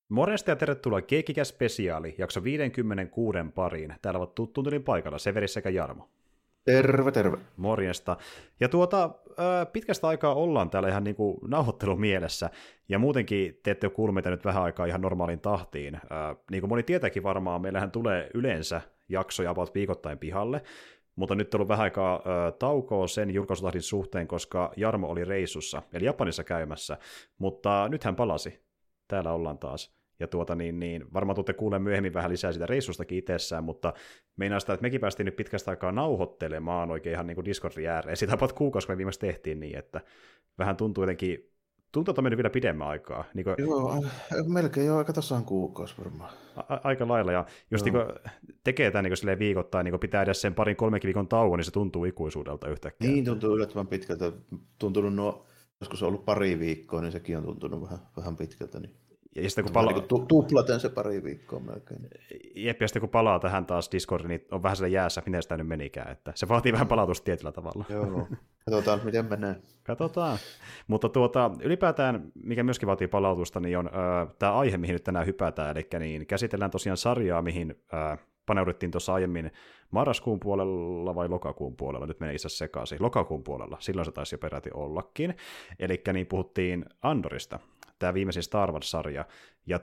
Morjesta ja tervetuloa Keekikäs Spesiaali, jakso 56 pariin. Täällä ovat tuttuun tyylin paikalla Severi sekä Jarmo. Terve, terve. Morjesta. Ja pitkästä aikaa ollaan täällä ihan niinku nauhoittelumielessä, ja muutenkin te ette ole kuullut meitä nyt vähän aikaa ihan normaaliin tahtiin. Niin kuin moni tietääkin varmaan, meillähän tulee yleensä jaksoja about viikoittain pihalle, mutta nyt on ollut vähän aikaa taukoa sen julkaisutahdin suhteen, koska Jarmo oli reissussa, eli Japanissa käymässä, mutta nyt hän palasi. Täällä ollaan taas. Ja varmaan tuutte kuulemaan myöhemmin vähän lisää siitä reissustakin itsessään, mutta meinaa sitä, että mekin päästiin nyt pitkästä aikaa nauhoittelemaan oikein ihan niin kuin Discordin ääreen. Sitä about kuukausi, kun me viimeksi tehtiin niin, että vähän tuntuu jotenkin, että on mennyt vielä pidemmän aikaa. Niin kuin, joo, melkein jo aika tasan kuukausi varmaan. Aika lailla, ja just niin tekee tämän niin viikoittain, niin pitää edes sen 2-3 viikon tauon, niin se tuntuu ikuisuudelta yhtäkkiä. Niin, tuntuu yllättävän pitkältä. Tuntunut joskus on ollut pari viikkoa, niin sekin on tuntunut vähän pitkältä. Niin. Ja sitten kun tuplaten se pari viikkoa melkein. Jep, ja sitten kun palaa tähän taas Discordiin, niin on vähän siellä jäässä, miten sitä nyt menikään. Että se vaatii vähän palautusta tietyllä tavalla. Joo, katsotaan miten menee. Katsotaan. Mutta ylipäätään, mikä myöskin vaatii palautusta, niin on tämä aihe, mihin nyt tänään hypätään. Eli niin käsitellään tosiaan sarjaa, mihin paneuduttiin tuossa aiemmin marraskuun puolella vai lokakuun puolella. Nyt menee itse sekaisin. Lokakuun puolella. Silloin se taisi jo peräti ollakin. Eli niin puhuttiin Andorista. Tämä viimeisin Star Wars-sarja, ja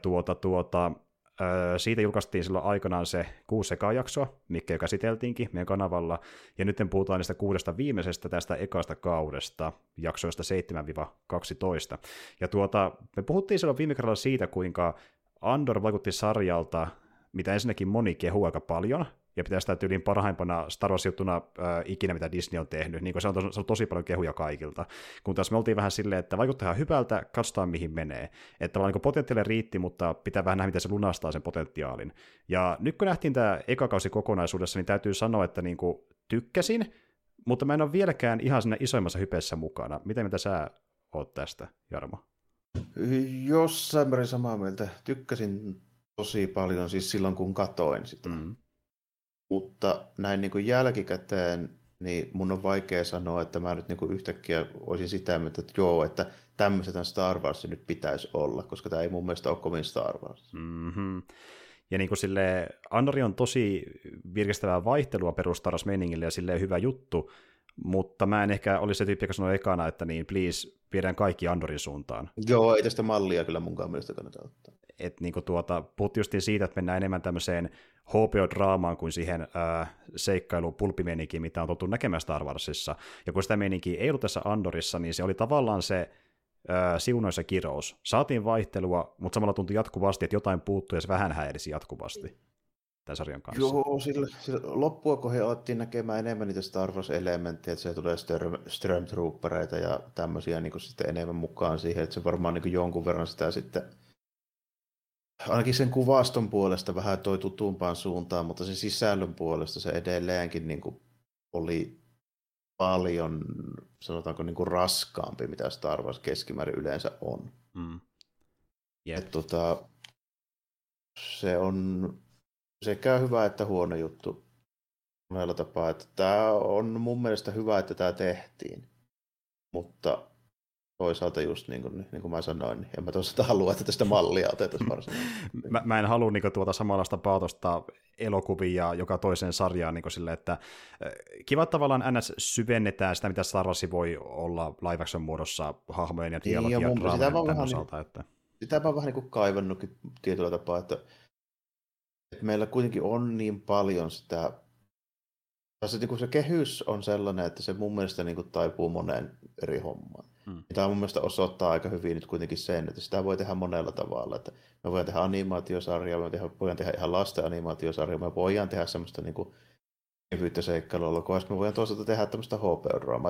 siitä julkaistiin silloin aikanaan se 6 ekajaksoa, mikä jo käsiteltiinkin meidän kanavalla, ja nyt puhutaan niistä 6 viimeisestä tästä ekasta kaudesta, jaksoista 7-12. Ja me puhuttiin silloin viime kerralla siitä, kuinka Andor vaikutti sarjalta, mitä ensinnäkin moni kehuu aika paljon, ja pitää sitä tyyliin parhaimpana Star Wars-juttuna ikinä, mitä Disney on tehnyt. Niin se on tosi paljon kehuja kaikilta. Kun taas me oltiin vähän silleen, että vaikuttaa ihan hyvältä, katsotaan mihin menee. Että niin potentiaalia riitti, mutta pitää vähän nähdä, miten se lunastaa sen potentiaalin. Ja nyt kun nähtiin tämä eka kausi kokonaisuudessa, niin täytyy sanoa, että niin kuin tykkäsin, mutta mä en ole vieläkään ihan siinä isoimmassa hypeessä mukana. Mitä sä oot tästä, Jarmo? Jossain määrin samaa mieltä. Tykkäsin tosi paljon siis silloin, kun katoin sitä. Mutta näin niin kuin jälkikäteen, niin mun on vaikea sanoa, että mä nyt niin kuin yhtäkkiä olisin sitä mieltä, että joo, että tämmöistä tämän Star Warsin nyt pitäisi olla, koska tämä ei mun mielestä ole kovin Star Wars. Mm-hmm. Ja niin kuin Andori on tosi virkistävää vaihtelua perus Star Wars-meiningille ja silleen hyvä juttu, mutta mä en ehkä olisi se tyyppi, joka sanoi ekana, että niin please, viedään kaikki Andorin suuntaan. Joo, ei tästä mallia kyllä munkaan mielestä kannata ottaa. Että niin puhuttiin justiin siitä, että mennään enemmän tämmöiseen HBO-draamaan kuin siihen seikkailu-pulppimeininkiin, mitä on tottu näkemään Star Warsissa. Ja kun sitä meininkiä ei ollut tässä Andorissa, niin se oli tavallaan se siunoissa kirous. Saatiin vaihtelua, mutta samalla tuntui jatkuvasti, että jotain puuttui ja se vähän häirisi jatkuvasti tämän sarjan kanssa. Joo, sillä loppua kun he alettiin näkemään enemmän niitä Star Wars-elementtejä, että se tulee Stormtroopereita ja tämmöisiä niin sitten enemmän mukaan siihen, että se varmaan niin jonkun verran sitä sitten ainakin sen kuvaston puolesta vähän toi tutumpaan suuntaan, mutta sen sisällön puolesta se edelleenkin niin kuin oli paljon, sanotaanko niin kuin raskaampi, mitä Star Wars keskimäärin yleensä on. Yep. Se on sekä hyvä että huono juttu monella tapaa. Että tämä on mun mielestä hyvä, että tämä tehtiin, mutta toisaalta just niin kuin mä sanoin, niin en mä toisaalta halua, että tästä mallia otetaan varsinaisesti. Mä en halua samanlaista paatosta elokuvia joka toiseen sarjaan, niin sille, että kiva tavallaan NS syvennetään sitä, mitä Star Wars voi olla live action muodossa hahmojen ja dialogia ja draamojen osalta. Että sitä mä oon vähän niin kuin kaivannutkin tietyllä tapaa, että meillä kuitenkin on niin paljon sitä. Se kehys on sellainen, että se mun mielestä niin kuin taipuu moneen eri hommaan. Tämä mun mielestä osoittaa aika hyvin nyt kuitenkin sen, että sitä voi tehdä monella tavalla. Että me voidaan tehdä animaatiosarjaa, me voidaan tehdä ihan lasten animaatiosarjaa, me voidaan tehdä semmoista niin kuin kevyyttä seikkailuelokuva, me voidaan toisaalta tehdä tämmöistä HBO-draamaa.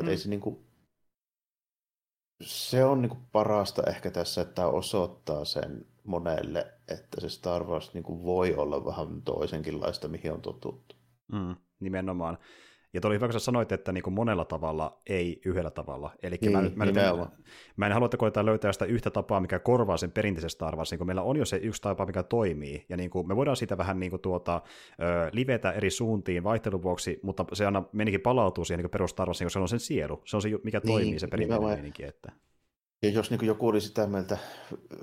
Se on niin kuin parasta ehkä tässä, että tämä osoittaa sen monelle, että se Star Wars niin kuin voi olla vähän toisenkinlaista, mihin on totuttu. Nimenomaan. Ja oli hyvä, kun sä sanoit, että niin kuin monella tavalla, ei yhdellä tavalla. Eli mä en halua, että koetaan löytää sitä yhtä tapaa, mikä korvaa sen perinteisen Star Warsin, kun meillä on jo se yksi tapa, mikä toimii. Ja niin kuin me voidaan siitä vähän niin kuin livetä eri suuntiin vaihtelun vuoksi, mutta se aina menikin palautuu siihen niin perus Star Warsiin, koska se on sen sielu. Se on se, mikä toimii, se perinteinen meininki. Että. Ja jos niin joku oli sitä mieltä,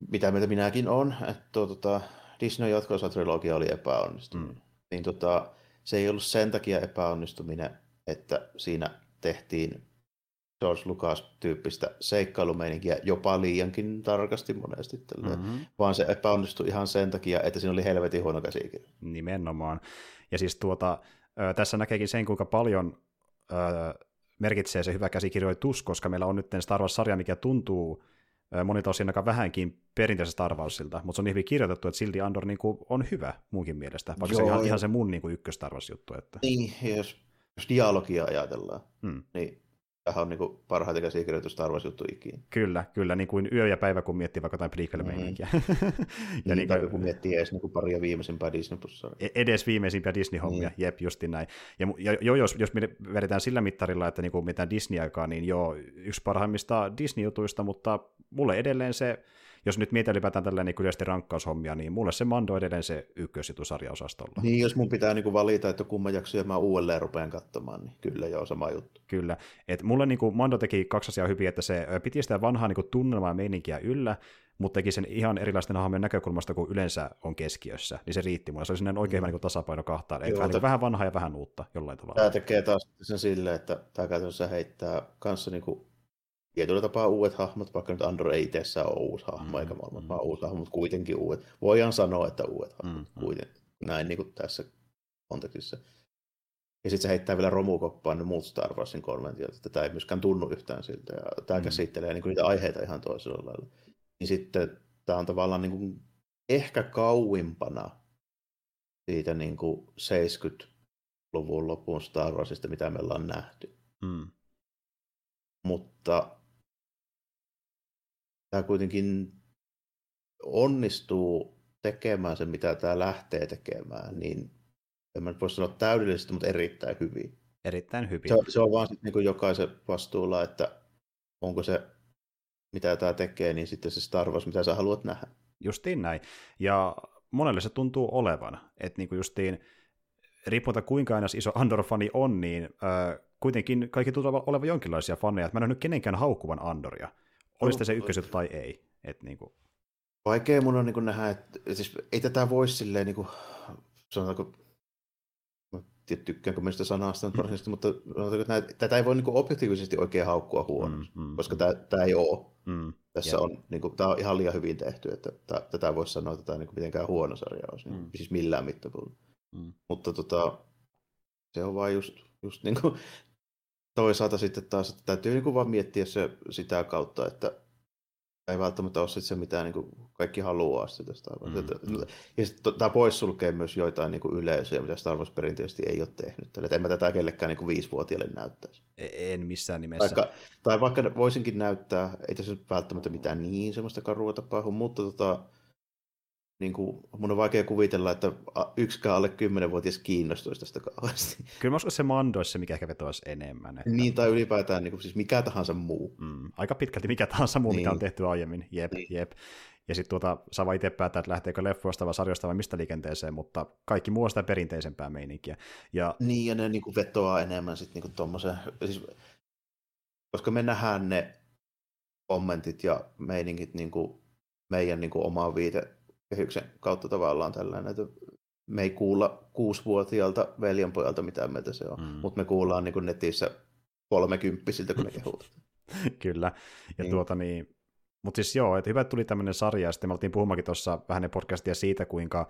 mitä mieltä minäkin on, että Disney jatko-osatrilogia oli epäonnistuminen. Niin se ei ollut sen takia epäonnistuminen, että siinä tehtiin George Lucas-tyyppistä seikkailumeininkiä jopa liiankin tarkasti monesti, vaan se epäonnistui ihan sen takia, että siinä oli helvetin huono käsikirja. Nimenomaan. Ja siis tässä näkeekin sen, kuinka paljon merkitsee se hyvä käsikirjoitus, koska meillä on nyt Star Wars-sarja, mikä tuntuu monilta osin aika vähänkin perinteisestä Star Warsilta, mutta se on niin hyvin kirjoitettu, että silti Andor niin kuin on hyvä munkin mielestä, vaikka se ihan se mun niin kuin ykkös Star Wars-juttu. Että... Niin, jos dialogia ajatellaan, niin tämähän on niin kuin parhaita käsikirjoitus Star Wars-juttu ikinä. Kyllä, niin kuin yö ja päivä, kun miettii vaikka jotain prequel-meininkiä. Ja niin kuin kun miettii edes niin paria viimeisimpää Disney-pussaaria. Edes viimeisimpiä Disney-hommia, jep, justin näin. Ja jos me vedetään sillä mittarilla, että niin kuin mitään Disney-aikaa, niin joo, yksi parhaimmista Disney-jutuista, mutta mulle edelleen se, jos nyt mietitään ylipäätään tällä niin yleisesti rankkaushommia, niin mulle se Mando edelleen se ykkösjutu sarjaosastolla. Niin, jos mun pitää niin kuin valita, että kumman jaksoja mä uudelleen rupean katsomaan, niin kyllä joo, sama juttu. Kyllä, että mulle niin kuin Mando teki kaksi asiaa hyvin, että se piti sitä vanhaa niin kuin tunnelmaa ja meininkiä yllä, mutta teki sen ihan erilaisten hahmojen näkökulmasta, kuin yleensä on keskiössä, niin se riitti mulle. Se oli sellainen oikein hyvä niin kuin tasapaino kahtaan, vähän vanhaa ja vähän uutta jollain tavalla. Tämä tekee taas sen silleen, että tämä käytännössä heittää kanssa niin kuin tietyllä tapaa uudet hahmot, vaikka nyt Andor ei itsessään ole uusi hahmo, eikä maailman vaan uusi hahmo, mutta kuitenkin uudet. Voidaan sanoa, että uudet hahmot kuitenkin, näin niin kuin tässä kontekstissa. Ja sitten se heittää vielä romukoppaan ne muut Star Warsin konventiot, että tämä ei myöskään tunnu yhtään siltä, ja tämä käsittelee niin kuin niitä aiheita ihan toisella lailla. Niin sitten tämä on tavallaan niin kuin ehkä kauimpana siitä niin kuin 70-luvun lopun Star Warsista, mitä me ollaan nähty. Mutta tämä kuitenkin onnistuu tekemään se, mitä tämä lähtee tekemään, niin en mä nyt voi sanoa täydellisesti, mutta erittäin hyvin. Erittäin hyvin. Se on vaan sitten niin jokaisen vastuulla, että onko se, mitä tämä tekee, niin sitten se Star Wars, mitä sä haluat nähdä. Justiin näin. Ja monelle se tuntuu olevan, että niin kuin justiin, riippumatta kuinka aina iso Andor-fani on, niin kuitenkin kaikki tuntuu olevan jonkinlaisia faneja, että mä en ole nyt kenenkään haukkuvan Andoria. Olisi se ykkösjuttu tai ei. Että niin kuin... Vaikea mun on niin nähdä, että siis ei tätä voisi silleen, niin kuin, sanotaanko, tykkäänkö mä sitä sanasta varsinaisesti, mutta että tätä ei voi niin kuin objektiivisesti oikein haukkua huonoksi, koska tämä ei ole. Tässä on, niin kuin, tämä on ihan liian hyvin tehty, että tätä voisi sanoa, että tämä niin kuin mitenkään huono sarja olisi, niin, siis millään mittapuolella. Mutta se on vaan just niin kuin, toisaalta sitten taas, että täytyy niin kuin vaan miettiä se sitä kautta, että ei välttämättä ole se, mitä niin kuin kaikki haluaa sitä Star Wars. Ja sitten tämä poissulkee myös joitain niin kuin yleisöjä, mitä Star Wars perinteisesti ei ole tehnyt. Eli en mä tätä kellekään niin kuin 5-vuotiaille näyttäisi. En missään nimessä. Tai vaikka voisinkin näyttää, ei tässä välttämättä mitään niin semmoista karua tapahdu, mutta niin kuin, mun on vaikea kuvitella, että yksikään alle 10-vuotias kiinnostuisi tästä kauheasti. Kyllä mä uskon, se Mando olisi se, mikä ehkä vetoisi enemmän. Että... Niin, tai ylipäätään niin kuin, siis mikä tahansa muu. Aika pitkälti mikä tahansa muu, mikä on tehty aiemmin. Jep. Ja sitten saa vaan itse päättää, että lähteekö leffoista vai sarjoista vai mistä liikenteeseen, mutta kaikki muu on sitä perinteisempää meininkiä. Niin, ja ne niin kuin vetoaa enemmän sitten niin tommoseen, siis, koska me nähdään ne kommentit ja meiningit niin kuin meidän niin kuin omaan viitekehyksen kautta tavallaan tällainen, että me ei kuulla 6-vuotiaalta veljenpojalta mitään mieltä se on, mutta me kuullaan niin kuin netissä 30-siltä, kun ne kehuvat. Kyllä, ja mutta siis joo, että hyvä, että tuli tämmöinen sarja, ja sitten me oltiin puhumaankin tuossa vähän podcastia siitä, kuinka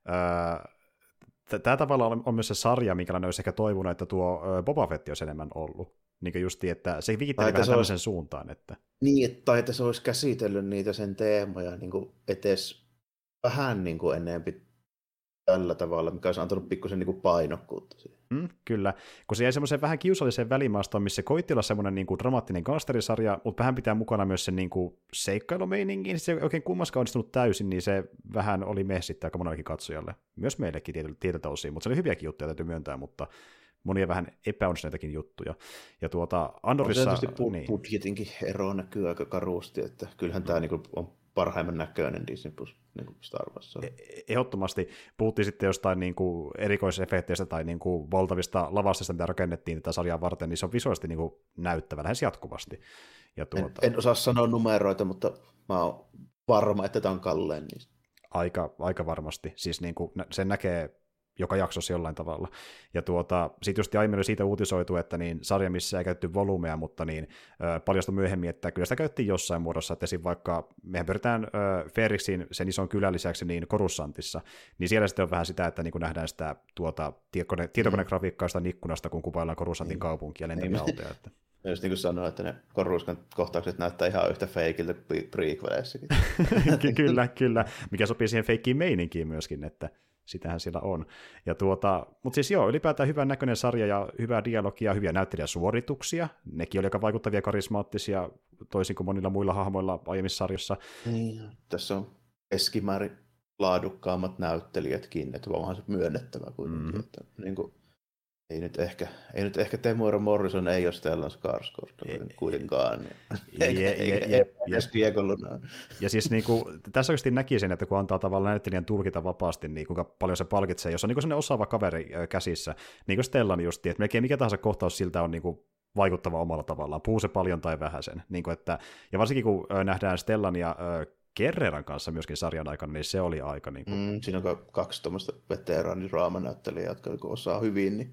tämä tavallaan on myös se sarja, minkälainen olisi ehkä toivonut, että tuo Boba Fett olisi enemmän ollut. Niin kuin justiin, että se viitteli vähän tämmöisen suuntaan. Että... Niin, tai että se olisi käsitellyt niitä sen teemoja niin kuin etes vähän niin kuin enemmän tällä tavalla, mikä olisi antanut pikkusen niin kuin painokkuutta siihen. Kyllä, kun se jäi semmoiseen vähän kiusalliseen välimaastoon, missä se koitti olla semmoinen niin kuin dramaattinen gangsterisarja, mutta vähän pitää mukana myös sen niin kuin seikkailumeininkin, niin se ei oikein kummaskaan onnistunut täysin, niin se vähän oli messittää aika monellekin katsojalle. Myös meillekin tietyltä osin, mutta se oli hyviäkin juttuja, täytyy myöntää, mutta monia vähän epäonnistuneitakin juttuja. Ja Andorissa... On se tietysti budjetinkin ero näkyy aika karusti, että kyllähän tämä niin kuin on parhaimman näköinen Disney Plus niin Star Wars. Ehdottomasti puhuttiin sitten jostain niin kuin erikoisefekteistä tai niin kuin valtavista lavasteista, mitä rakennettiin tätä sarjaa varten, niin se on visuaalisesti niin kuin näyttävä lähes jatkuvasti. Ja en osaa sanoa numeroita, mutta mä oon varma, että tämä on kallein niistä. Aika varmasti. Siis niin kuin sen näkee joka jaksossa jollain tavalla. Ja sitten just aiemmin oli siitä uutisoitu, että niin sarja, missä ei käytetty volumea, mutta niin paljastui myöhemmin, että kyllä sitä käytettiin jossain muodossa, että esim. Vaikka mehän pyritään Ferrixin sen ison kylän lisäksi niin Korussantissa, niin siellä sitten on vähän sitä, että niin kuin nähdään sitä tietokonegrafiikkaa sitä ikkunasta, kun kuvaillaan Korussantin kaupunkia lentäviä autoja. Että. Myös niin kuin sanoa, että ne Koruskan kohtaukset näyttää ihan yhtä feikiltä prequeleissakin. Kyllä, mikä sopii siihen feikkiin meininkiin myöskin, että sitähän siellä on. Ja mutta siis joo, ylipäätään hyvän näköinen sarja ja hyvää dialogia, hyviä näyttelijäsuorituksia. Nekin oli aika vaikuttavia, karismaattisia, toisin kuin monilla muilla hahmoilla aiemmissa sarjoissa. Niin, tässä on keskimäärin laadukkaammat näyttelijätkin, että onhan se myönnettävä kuitenkin. Että, niin kuin, ei nyt ehkä Temuera Morrison ei ole Stellan Skarsgård kuitenkaan. Edes Diego Luna. Ja siis niin kuin, tässä oikeasti näki sen, että kun antaa tavallaan näyttelijän tulkita vapaasti, niin kuinka paljon se palkitsee, jos on niin sellainen osaava kaveri käsissä, niin kuin Stellan justiin, että melkein mikä tahansa kohtaus siltä on niin kuin vaikuttava omalla tavallaan, puhuu se paljon tai vähäsen. Niin kuin, että, ja varsinkin kun nähdään Stellan ja Guerreran kanssa myöskin sarjan aikana, niin se oli aika niin kuin. Siinä on 2 tuommoista veteraaniraamanäyttelijää, jotka osaa hyvin, niin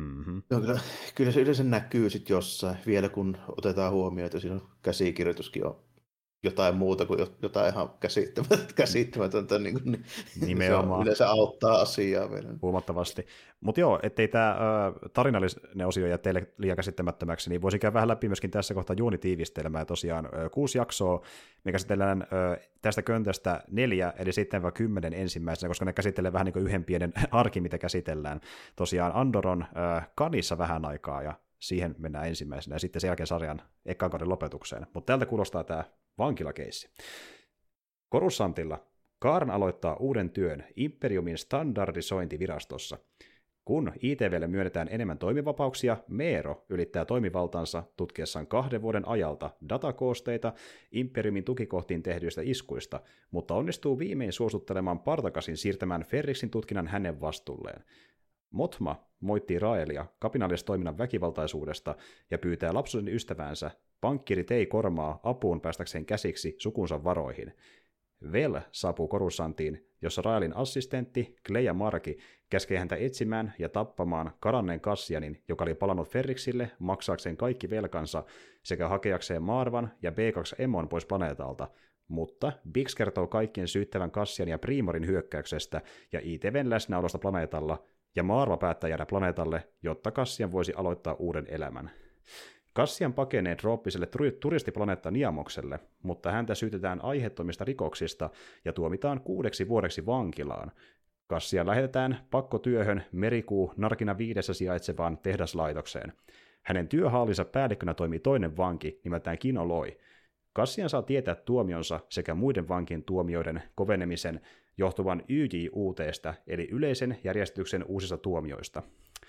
kyllä se yleensä näkyy sitten jossain, vielä kun otetaan huomioon, että siinä käsikirjoituskin on jotain muuta kuin jotain ihan käsittämätöntä. Niin nimenomaan. Yleensä auttaa asiaa vielä. Huomattavasti. Mutta joo, ettei tämä tarinallinen osio jää teille liian käsittämättömäksi, niin voisin käydä vähän läpi myöskin tässä kohtaa juonitiivistelmää. Tosiaan 6 jaksoa, me käsitellään tästä köntästä 4, eli 7-10 ensimmäisenä, koska ne käsittelee vähän niin kuin yhden pienen arki, mitä käsitellään. Tosiaan Andoron kanissa vähän aikaa, ja siihen mennään ensimmäisenä, ja sitten sen jälkeen sarjan ekan kauden lopetukseen. Mutta tältä kuulostaa tämä vankilakeissi. Korussantilla Kaarn aloittaa uuden työn Imperiumin standardisointivirastossa. Kun ITVlle myönnetään enemmän toimivapauksia, Meero ylittää toimivaltansa tutkiessaan 2 vuoden ajalta datakoosteita Imperiumin tukikohtiin tehdyistä iskuista, mutta onnistuu viimein suostuttelemaan Partakasin siirtämään Ferrixin tutkinnan hänen vastuulleen. Motma moittii Raelia kapinallistoiminnan väkivaltaisuudesta ja pyytää lapsuuden ystäväänsä, pankkiri Tei Kormaa, apuun päästäkseen käsiksi sukunsa varoihin. Vel saapuu Korussantiin, jossa Raelin assistentti Clea Marki käskee häntä etsimään ja tappamaan karanneen Cassianin, joka oli palannut Ferrixille maksaakseen kaikki velkansa sekä hakeakseen Marvan ja B2Emon pois planeetalta, mutta Bix kertoo kaikkien syyttävän Cassian ja Primorin hyökkäyksestä ja ITVn läsnäolosta planeetalla, ja Marva päättää jäädä planeetalle, jotta Cassian voisi aloittaa uuden elämän. Cassian pakenee trooppiselle turistiplaneetta Niamokselle, mutta häntä syytetään aiheettomista rikoksista ja tuomitaan 6 vuodeksi vankilaan. Cassian lähetetään pakkotyöhön Merikuu Narkina 5 sijaitsevaan tehdaslaitokseen. Hänen työhallinsa päällikkönä toimii toinen vanki nimeltään Kino Loi. Cassian saa tietää tuomionsa sekä muiden vankien tuomioiden kovenemisen johtuvan YJUT:stä, eli yleisen järjestyksen uusista tuomioista.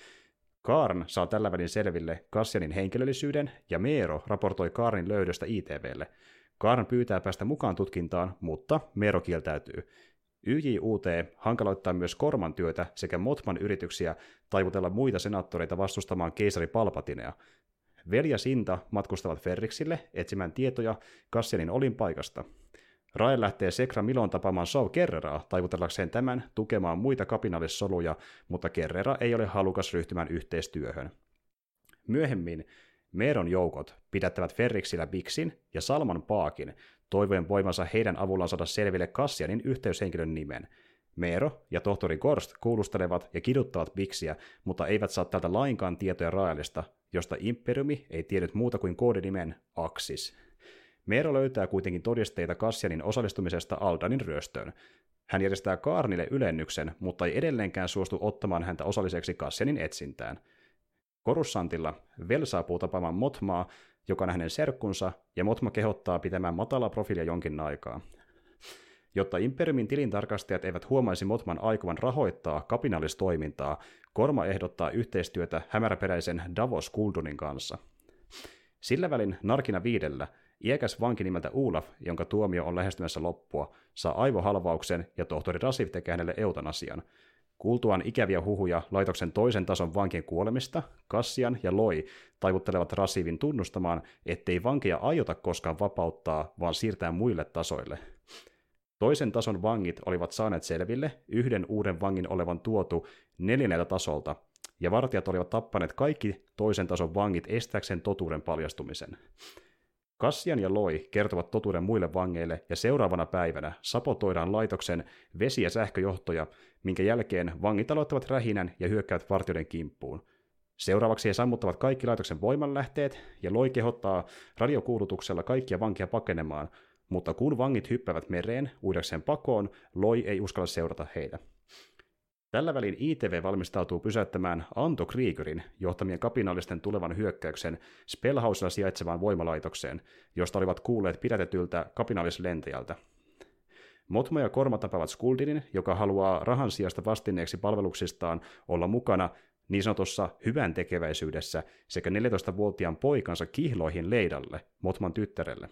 Kaarn saa tällä välin selville Cassianin henkilöllisyyden, ja Meero raportoi Kaarnin löydöstä ITVlle. Kaarn pyytää päästä mukaan tutkintaan, mutta Meero kieltäytyy. YJUT hankaloittaa myös Korman työtä sekä Motman yrityksiä taivutella muita senaattoreita vastustamaan keisari Palpatinea. Vel ja Sinta matkustavat Ferrixille etsimään tietoja Cassianin olinpaikasta. Rael lähtee Sekra Milon tapaamaan Saw Gerreraa taivutellakseen tämän tukemaan muita kapinallissoluja, mutta Gerrera ei ole halukas ryhtymään yhteistyöhön. Myöhemmin Meeron joukot pidättävät Ferrixillä Bixin ja Salman Paakin, toivoen voimansa heidän avullaan saada selville Cassianin yhteyshenkilön nimen. Meero ja tohtori Gorst kuulustelevat ja kiduttavat Bixiä, mutta eivät saa tältä lainkaan tietoja Raelista, josta Imperiumi ei tiennyt muuta kuin koodinimen Axis. Meero löytää kuitenkin todisteita Cassianin osallistumisesta Aldanin ryöstöön. Hän järjestää Kaarnille ylennyksen, mutta ei edelleenkään suostu ottamaan häntä osalliseksi Cassianin etsintään. Korussantilla Vel saapuu tapaamaan Motmaa, joka on hänen serkkunsa, ja Motma kehottaa pitämään matalaa profiilia jonkin aikaa. Jotta Imperiumin tilintarkastajat eivät huomaisi Motman aikovan rahoittaa kapinallistoimintaa, Korma ehdottaa yhteistyötä hämäräperäisen Davos Kuldunin kanssa. Sillä välin Narkina 5 Iäkäs vanki nimeltä Olaf, jonka tuomio on lähestymässä loppua, saa aivohalvauksen ja tohtori Rasiv tekee hänelle eutanasian. Kuultuaan ikäviä huhuja laitoksen toisen tason vankien kuolemista, Cassian ja Loi taivuttelevat Rasivin tunnustamaan, ettei vankeja aiota koskaan vapauttaa, vaan siirtää muille tasoille. Toisen tason vangit olivat saaneet selville yhden uuden vangin olevan tuotu 4. tasolta, ja vartijat olivat tappaneet kaikki toisen tason vangit estääkseen totuuden paljastumisen. Cassian ja Loi kertovat totuuden muille vangeille, ja seuraavana päivänä sabotoidaan laitoksen vesi- ja sähköjohtoja, minkä jälkeen vangit aloittavat rähinän ja hyökkäävät vartijoiden kimppuun. Seuraavaksi he sammuttavat kaikki laitoksen voimanlähteet, ja Loi kehottaa radiokuulutuksella kaikkia vankia pakenemaan, mutta kun vangit hyppäävät mereen uidakseen pakoon, Loi ei uskalla seurata heitä. Tällä välin ITV valmistautuu pysäyttämään Anto Kriegerin johtamien kapinallisten tulevan hyökkäyksen Spellhausella sijaitsevaan voimalaitokseen, josta olivat kuulleet pidätetyltä kapinallislentäjältä. Motmo ja Korma tapaavat Skuldinin, joka haluaa rahan sijasta vastineeksi palveluksistaan olla mukana niin sanotussa hyvän tekeväisyydessä sekä 14-vuotiaan poikansa kihloihin Leidalle, Motman tyttärelle.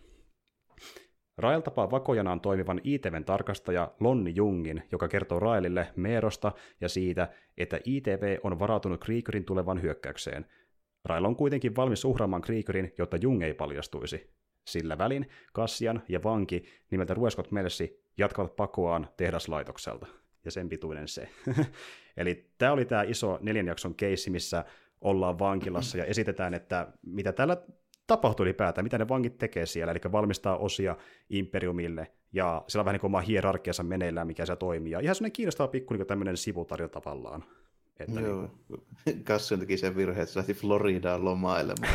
Rael tapaa vakojanaan toimivan ITV:n tarkastaja Lonni Jungin, joka kertoo Raelille Meerosta ja siitä, että ITV on varautunut Kriegerin tulevan hyökkäykseen. Rael on kuitenkin valmis uhraamaan Kriegerin, jotta Jung ei paljastuisi. Sillä välin Cassian ja vanki nimeltä Rueskot Melsi jatkavat pakoaan tehdaslaitokselta. Ja sen pituinen se. Eli tämä oli tämä iso 4 jakson keissi, missä ollaan vankilassa ja esitetään, että mitä täällä tapahtuu ylipäätään, mitä ne vangit tekee siellä, eli valmistaa osia Imperiumille, ja siellä on vähän niin kuin oma hierarkiansa meneillään, mikä se toimii. Ja ihan sellainen kiinnostava pikku niin tämmöinen sivutarjo tavallaan. Että joo, niin Cassian teki sen virheen, että se lähti Floridaan lomailemaan.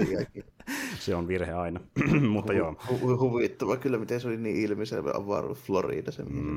Se on virhe aina, mutta joo. Huvittava kyllä, miten se oli niin ilmiselvä avaruus Florida.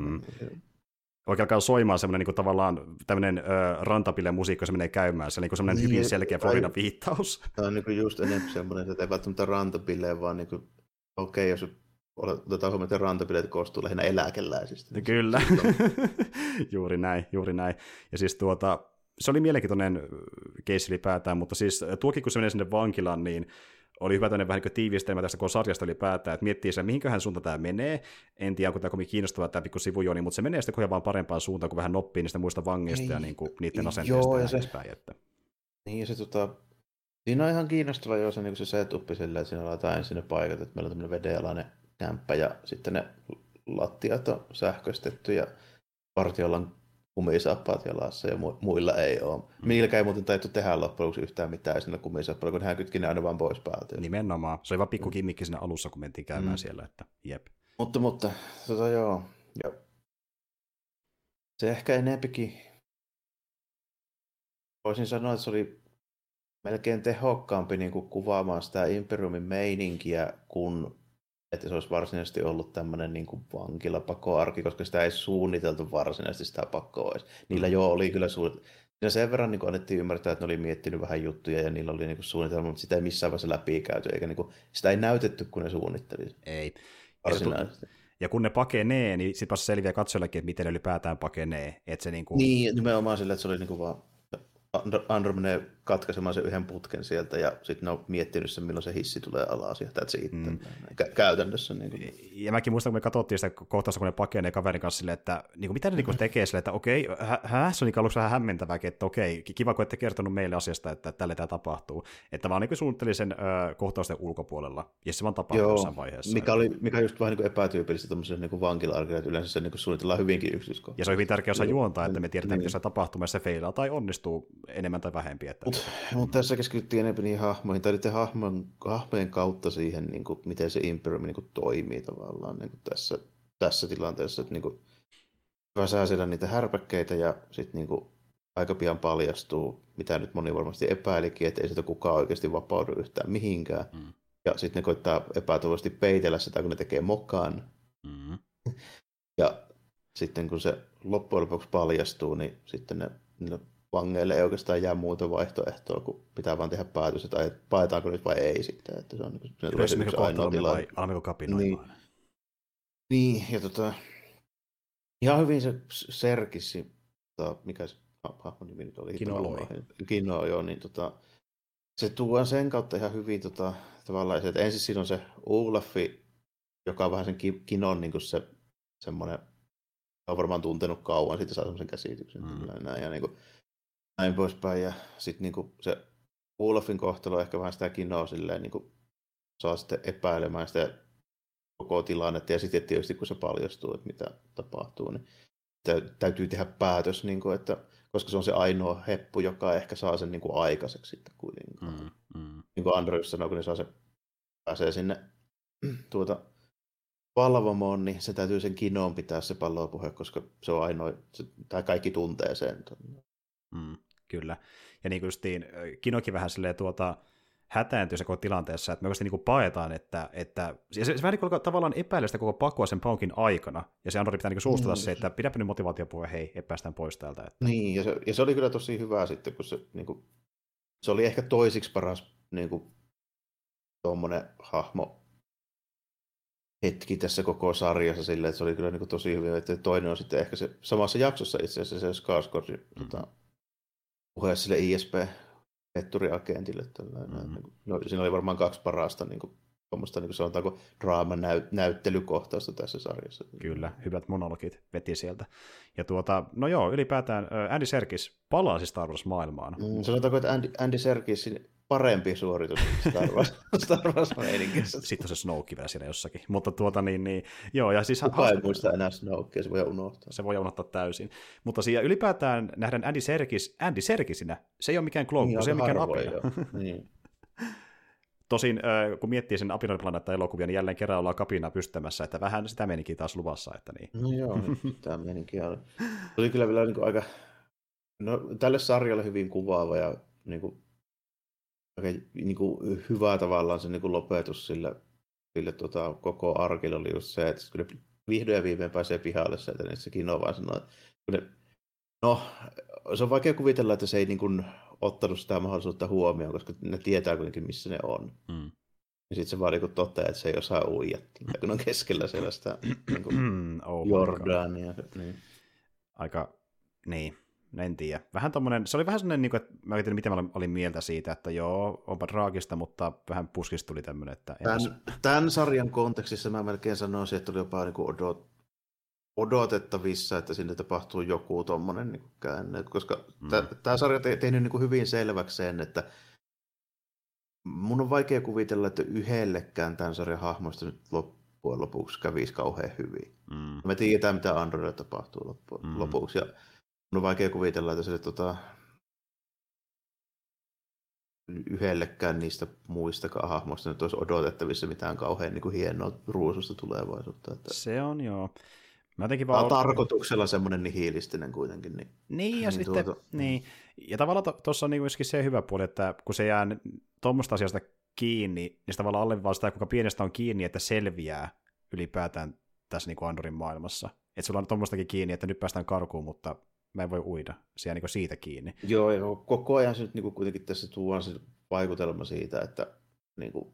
Oikein alkaa soimaan semmoinen niin tavallaan tämmöinen rantapille musiikki, se menee käymään. Se on niin semmoinen hyvin selkeä Floridan viittaus. Tämä on niin just enemmän semmoinen, että ei välttämättä rantapilleen, vaan niin okei, jos otetaan huomioon, että rantapileet koostuu lähinnä eläkeläisistä. Kyllä, juuri näin. Ja siis se oli mielenkiintoinen keissi ylipäätään, mutta siis tuokin kun se menee sinne vankilaan, niin oli hyvä tämmöinen vähän niin tiivistelmä tästä koko sarjasta ylipäätään, että miettii sen, mihinköhän suuntaan tämä menee. En tiedä, onko tämä kovin kiinnostavaa tämä pikku sivujuoni, mutta se menee sitten vaan parempaan suuntaan, kun vähän noppii niistä muista vangeista ja niin kuin niiden asenteista ja edespäin. Että. Niin, ja se siinä on ihan kiinnostava jo se, niin se setuppi silleen, että siinä laitetaan ensin ne paikat, että meillä on tämmöinen vedenalainen kämppä ja sitten ne lattiat on sähköistetty ja partiolla on kumisaappaat jalassa ja muilla ei ole. Niilläkään ei muuten taidettu tehdä loppujen lopuksi yhtään mitään sinne kumisaappailla, kun hän kytki ne aina vaan pois päältä. Nimenomaan. Se oli vaan pikku kimmikki siinä alussa, kun mentiin käymään siellä, että jep. Mutta joo. Ja se ehkä enempikin, voisin sanoa, että se oli melkein tehokkaampi niin kuin kuvaamaan sitä Imperiumin meininkiä, kun että se olisi varsinaisesti ollut tämmöinen niin kuin vankilapakoarki, koska sitä ei suunniteltu varsinaisesti sitä pakkoa edes. Niillä oli kyllä suunniteltu. Siinä sen verran niin annettiin ymmärtää, että ne oli miettinyt vähän juttuja ja niillä oli niin kuin suunnitelma, mutta sitä ei missään vaiheessa läpikäyty, eikä niin kuin, sitä ei näytetty, kun ne suunnitteli. Ei. Varsinaisesti. Ja kun ne pakenee, niin sitten vasta selviää katsojillekin, että miten ne ylipäätään pakenee. Että se Niin, nimenomaan sillä, että se oli niin kuin vaan Andro menee katkaisemaan sen yhden putken sieltä ja sitten ne on miettinyt sen, milloin se hissi tulee alas ja siitä käytännössä. Niin kuin. Ja mäkin muistan, kun me katsottiin sitä kohtausta, kun ne pakenee kaverin kanssa silleen, että niin mitä ne niin tekee silleen, että okei, se on aluksi vähän hämmentävääkin, että okei, kiva, kun ette kertonut meille asiasta, että tälle tämä tapahtuu. Että vaan niin suunnittelin sen kohtausten ulkopuolella, ja se vaan tapahtuu jossain vaiheessa. Mikä on just vähän niin epätyypillistä tuollaisessa niin vankila-arkilla, että yleensä se niin suunnitellaan hyvinkin yksityiskohtaisesti. Ja se on hyvin tärkeä osa juontaa, että me tiedetään, mitä se tapahtuu, ja se feilaa tai onnistuu enemmän tai vähempi. Mutta tässä keskityttiin enemmän niihin hahmoihin, tai niiden hahmojen kautta siihen, niin kuin, miten se Imperium niin kuin, toimii tavallaan niin kuin tässä tilanteessa. Että niin kuin, väsää siellä niitä härpäkkeitä ja sitten niin kuin, aika pian paljastuu, mitä nyt moni varmasti epäilikin, että ei sitä kukaan oikeasti vapaudu yhtään mihinkään. Ja sitten ne koittaa epätoivoisesti peitellä sitä, kun ne tekee mokan. Ja sitten kun se loppujen lopuksi paljastuu, niin sitten ne vangeille ei oikeastaan jää muuta vaihtoehtoa, kun pitää vaan tehdä päätös, että paetaanko nyt vai ei sitten. Että se on yksi ainoa tila. Vai alammeko kapinoimaan? Niin, ja ihan hyvin se Serkissi, mikä se hahmon nimi nyt oli? Kino Loi. Kino, joo, niin se tuo sen kautta ihan hyvin tavallaan, että ensin siinä on se Olafi, joka on vähän sen Kinon niin kuin se semmoinen, on varmaan tuntenut kauan, sitten saa semmoisen käsityksen. Näin, ja niin kuin, näin poispäin. Ja sitten niin kuin se Olafin kohtalo ehkä vähän sitä Kinoa silleen, niin kuin, saa sitten epäilemään sitä koko tilannetta. Ja sitten tietysti kun se paljastuu, että mitä tapahtuu, niin täytyy tehdä päätös, niin kuin, että, koska se on se ainoa heppu, joka ehkä saa sen niin kuin aikaiseksi sitten kuitenkaan. Niin kuin Andrews sanoi, kun ne pääsee sinne valvomoon, niin se täytyy sen Kinoon pitää se pallopuhe, koska se on ainoa, tai kaikki tuntee sen. Kyllä. Ja niin kuin justiin, Kinokin vähän silleen hätääntyy se koko tilanteessa, että me oikeasti niin kuin paetaan, että ja se vähän niin kuin tavallaan epäilee sitä koko pakoa sen paunkin aikana, ja se Andori pitää niin suustata se, että pidäpä nyt motivaatiopuhe, hei, päästään pois täältä. Että. Niin, ja se oli kyllä tosi hyvä sitten, kun se, niin kuin, se oli ehkä toisiksi paras niin kuin, tuommoinen hahmo hetki tässä koko sarjassa silleen, että se oli kyllä niin kuin, tosi hyvä, että toinen on sitten ehkä se samassa jaksossa itse asiassa se Skarsgårdin puhe sille ISP-petturiagentille. No, siinä oli varmaan 2 parasta niin kuin, niin sanotaanko draama-näyttelykohtausta tässä sarjassa. Kyllä, hyvät monologit veti sieltä. Ja no joo, ylipäätään Andy Serkis palasi Star Wars-maailmaan. Sanotaanko, että Andy Serkisin parempi suoritus Star Wars-meininkissä. Sitten on se Snoke vielä siinä jossakin. Mutta joo, ja siis kuka ei muista enää Snokea, se voi unohtaa. Se voi unohtaa täysin. Mutta siinä ylipäätään nähdään Andy Serkisinä, se ei ole mikään kloukku, niin, se ei ole mikään apina. Niin. Tosin, kun miettii sen Apinoid-planeetta-elokuvia, niin jälleen kerran ollaan kapinaa pystymässä, että vähän sitä menikin taas luvassa. Että niin. No joo, tämä menikin oli. Oli kyllä vielä niin kuin aika, tälle sarjalle hyvin kuvaava ja niin kuin, niin kuin hyvä tavallaan se niin kuin lopetus sille koko arkille oli just se, että kun ne vihdoin ja viimein pääsee pihalle sieltä, niin se Kino vaan sanoo, että se on vaikea kuvitella, että se ei niin kuin ottanut sitä mahdollisuutta huomioon, koska ne tietää kuitenkin, missä ne on. Ja sitten se vaan niin toteaa, että se ei osaa uida, kun on keskellä sellaista niin kuin Jordania. Niin. Aika, niin, en tiedä. Vähän tommonen, se oli vähän sellainen, niin kuin, että mä ajattelin, miten mä olin mieltä siitä, että joo, onpa traagista, mutta vähän puskista tuli tämmöinen, että... Tämän sarjan kontekstissa mä melkein sanoisin, että oli jopa niin kuin odotettavissa, että sinne tapahtuu joku tommonen niin käänne, koska tämä sarja on tehnyt niin kuin hyvin selväksi sen, että mun on vaikea kuvitella, että yhdellekään tämän sarjan hahmoista nyt loppujen lopuksi kävisi kauhean hyvin. Me tiedetään, mitä Andorilla tapahtuu lopuksi, ja mun on vaikea kuvitella, että se yhdellekään niistä muistakaan hahmoista nyt olisi odotettavissa mitään kauhean niin kuin hienoa ruususta tulevaisuutta. Että... Se on, joo. Tämä on tarkoituksella semmoinen nihilistinen kuitenkin. Niin, ja sitten, niin. Ja tavallaan tuossa on myöskin se hyvä puoli, että kun se jää tuommoista asiasta kiinni, niin se tavallaan alleviivaa sitä, kuinka pienestä on kiinni, että selviää ylipäätään tässä niin kuin Andorin maailmassa. Että sulla on tuommoistakin kiinni, että nyt päästään karkuun, mutta mä en voi uida. Se jää niin kuin siitä kiinni. Joo, ja koko ajan se nyt niin kuin kuitenkin tässä tuodaan se vaikutelma siitä, että niin kuin,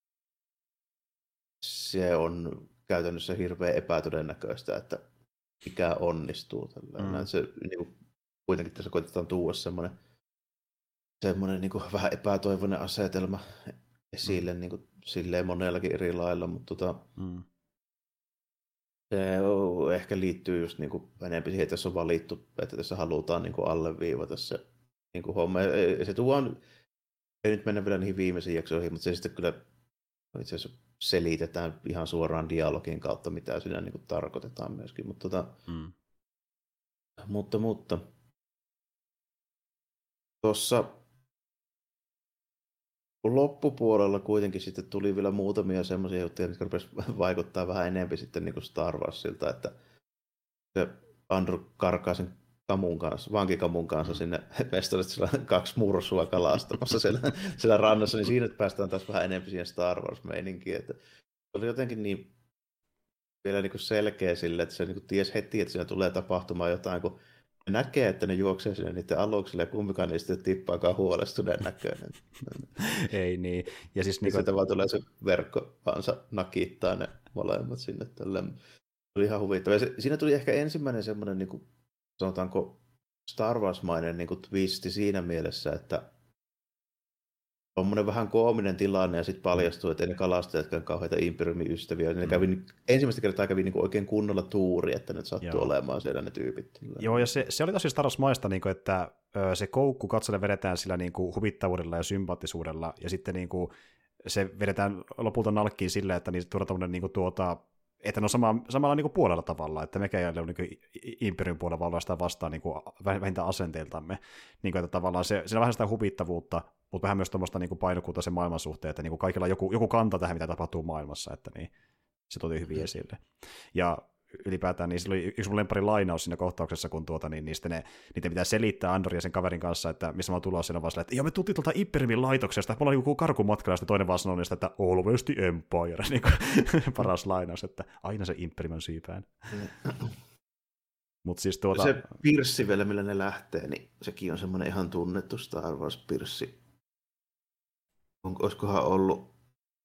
se on käytännössä hirveän epätodennäköistä, että mikä onnistuu. Se, niin kuin, kuitenkin tässä koitetaan tuoda semmoinen niin kuin, vähän epätoivoinen asetelma esille niin kuin, silleen monellakin eri lailla, mutta se ehkä liittyy just niin kuin, enemmän siihen, että tässä on valittu, että tässä halutaan niin kuin, alleviivata se niin kuin, homma. Se tuo ei nyt mennä vielä niihin viimeisiin jaksoihin, mutta se sitten kyllä itse asiassa selitetään ihan suoraan dialogin kautta, mitä siinä niin kuin tarkoitetaan myöskin. Mutta tuossa loppupuolella kuitenkin sitten tuli vielä muutamia semmoisia juttuja, jotka rupesivat vaikuttaa vähän enemmän sitten niin kuin Star Warsilta, että se Andrew karkaa sen vankikamun kanssa sinne mestolle, että sillä on 2 mursua kalastamassa siellä rannassa, niin siinä päästään taas vähän enemmän siihen Star Wars-meininkiin. Että se oli jotenkin niin vielä niin kuin selkeä sille, että se niin kuin tiesi heti, että siinä tulee tapahtumaan jotain, kun ne näkee, että ne juoksee sinne niiden aluksille ja kumpikaan niistä tippaakaan huolestuneen näköinen. Ei niin. Ja siis niin sieltä vaan tulee se verkko, vaan nakittaa ne molemmat sinne. Tälleen. Se oli ihan huvittava. Siinä tuli ehkä ensimmäinen semmoinen niin kuin, sanotaanko Star Wars-mainen niin kuin twisti siinä mielessä, että tommonen vähän koominen tilanne, ja sitten paljastuu, että ei ne kalastajatkaan kauheita Imperiumin ystäviä. Ne kävi, ensimmäistä kertaa kävi niin oikein kunnolla tuuri, että ne sattuu olemaan siellä ne tyypit. Joo, ja se oli tosi Star Wars-maista, niin että se koukku katsojalle vedetään sillä niin kuin huvittavuudella ja sympaattisuudella, ja sitten niin kuin, se vedetään lopulta nalkkiin silleen, että niitä tuodaan tommoinen niin kuin että ne on samalla niin kuin puolella tavalla, että mekään ei ole niin Imperiumin puolella vaan sitä vastaan niin kuin vähintään asenteiltamme. Niin kuin, että tavallaan se on vähän sitä huvittavuutta, mutta vähän myös tuommoista niin painokuutta sen maailman suhteen, että niin kuin kaikilla on joku kanta tähän, mitä tapahtuu maailmassa, että niin, se tuli hyvin esille. Ja ylipäätään, niin sillä oli yksi mun lempari lainaus siinä kohtauksessa, kun niin niiden pitää selittää Andor ja sen kaverin kanssa, että missä mä oon tulossa, siinä on vaan sillä, että joo, me tultiin tuolta Imperiumin laitoksesta, että me ollaan joku karkumatkalla, ja sitten toinen vaan sanoo niistä, että always the Empire, niin kuin paras lainaus, että aina se Imperiumin syypään. Mut siis se pirssi vielä, millä ne lähtee, niin sekin on semmoinen ihan tunnettu Star Wars-pirssi. Olisikohan ollut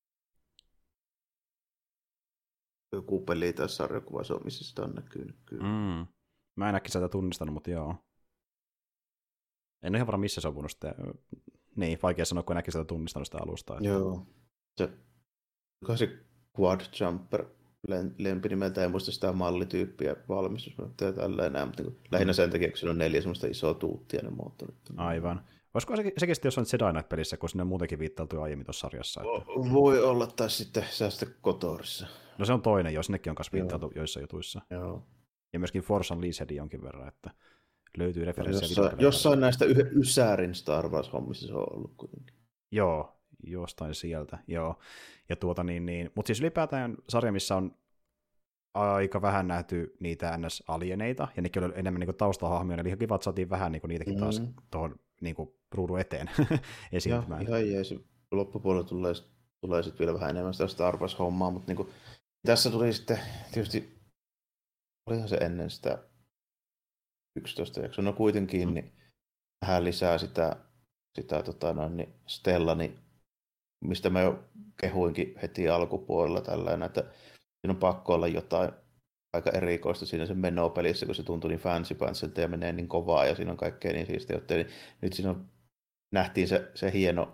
joku peli tai sarjakuva, se on missä sitä on näkynyt. Kyllä. Mä en äkkiä sitä tunnistanut, mutta joo. En ole ihan varma, missä se on voinut sitten. Niin, vaikea sanoa, kun en äkkiä sitä tunnistanut sitä alusta. Että... Joo. Se Quad Jumper lempinimeltä, en muista sitä mallityyppiä valmistus, mutta tällä enää, mutta niin lähinnä sen takia, kun siinä on 4 semmoista isoa tuuttia ne moottorit. Aivan. Olisiko sekin sitten jossain Jedi Knight-pelissä, kun sinne on muutenkin viittailtu aiemmin tuossa sarjassa? Että... Voi olla, tai sitten Kotorissa. No se on toinen, jos sinnekin on kanssa viittailtu joissain jutuissa. Joo. Ja myöskin Force Unleashed jonkin verran, että löytyy referenssiä. Jossain näistä Ysärin Star Wars-hommissa se on ollut kuitenkin. Joo, jostain sieltä, joo. Ja mutta siis ylipäätään sarja, missä on aika vähän nähty niitä NS-alieneita, ja nekin oli enemmän niin taustahahmoja, eli ihan kiva, että saatiin vähän niin niitäkin taas tuohon niin ruudun eteen esiintymään. Ihan jees. Loppupuolella tulee sitten vielä vähän enemmän sitä Star Wars-hommaa, mutta niin tässä tuli sitten tietysti, olihan se ennen sitä 11 jaksoa, no kuitenkin, niin vähän lisää sitä Stellani, mistä mä jo kehuinkin heti alkupuolella tällainen, että siinä on pakko olla jotain aika erikoista siinä sen menopelissä, kun se tuntui niin fancy pantsilta ja menee niin kovaa ja siinä on kaikkea niin siistiä, joten niin nyt siinä nähtiin se hieno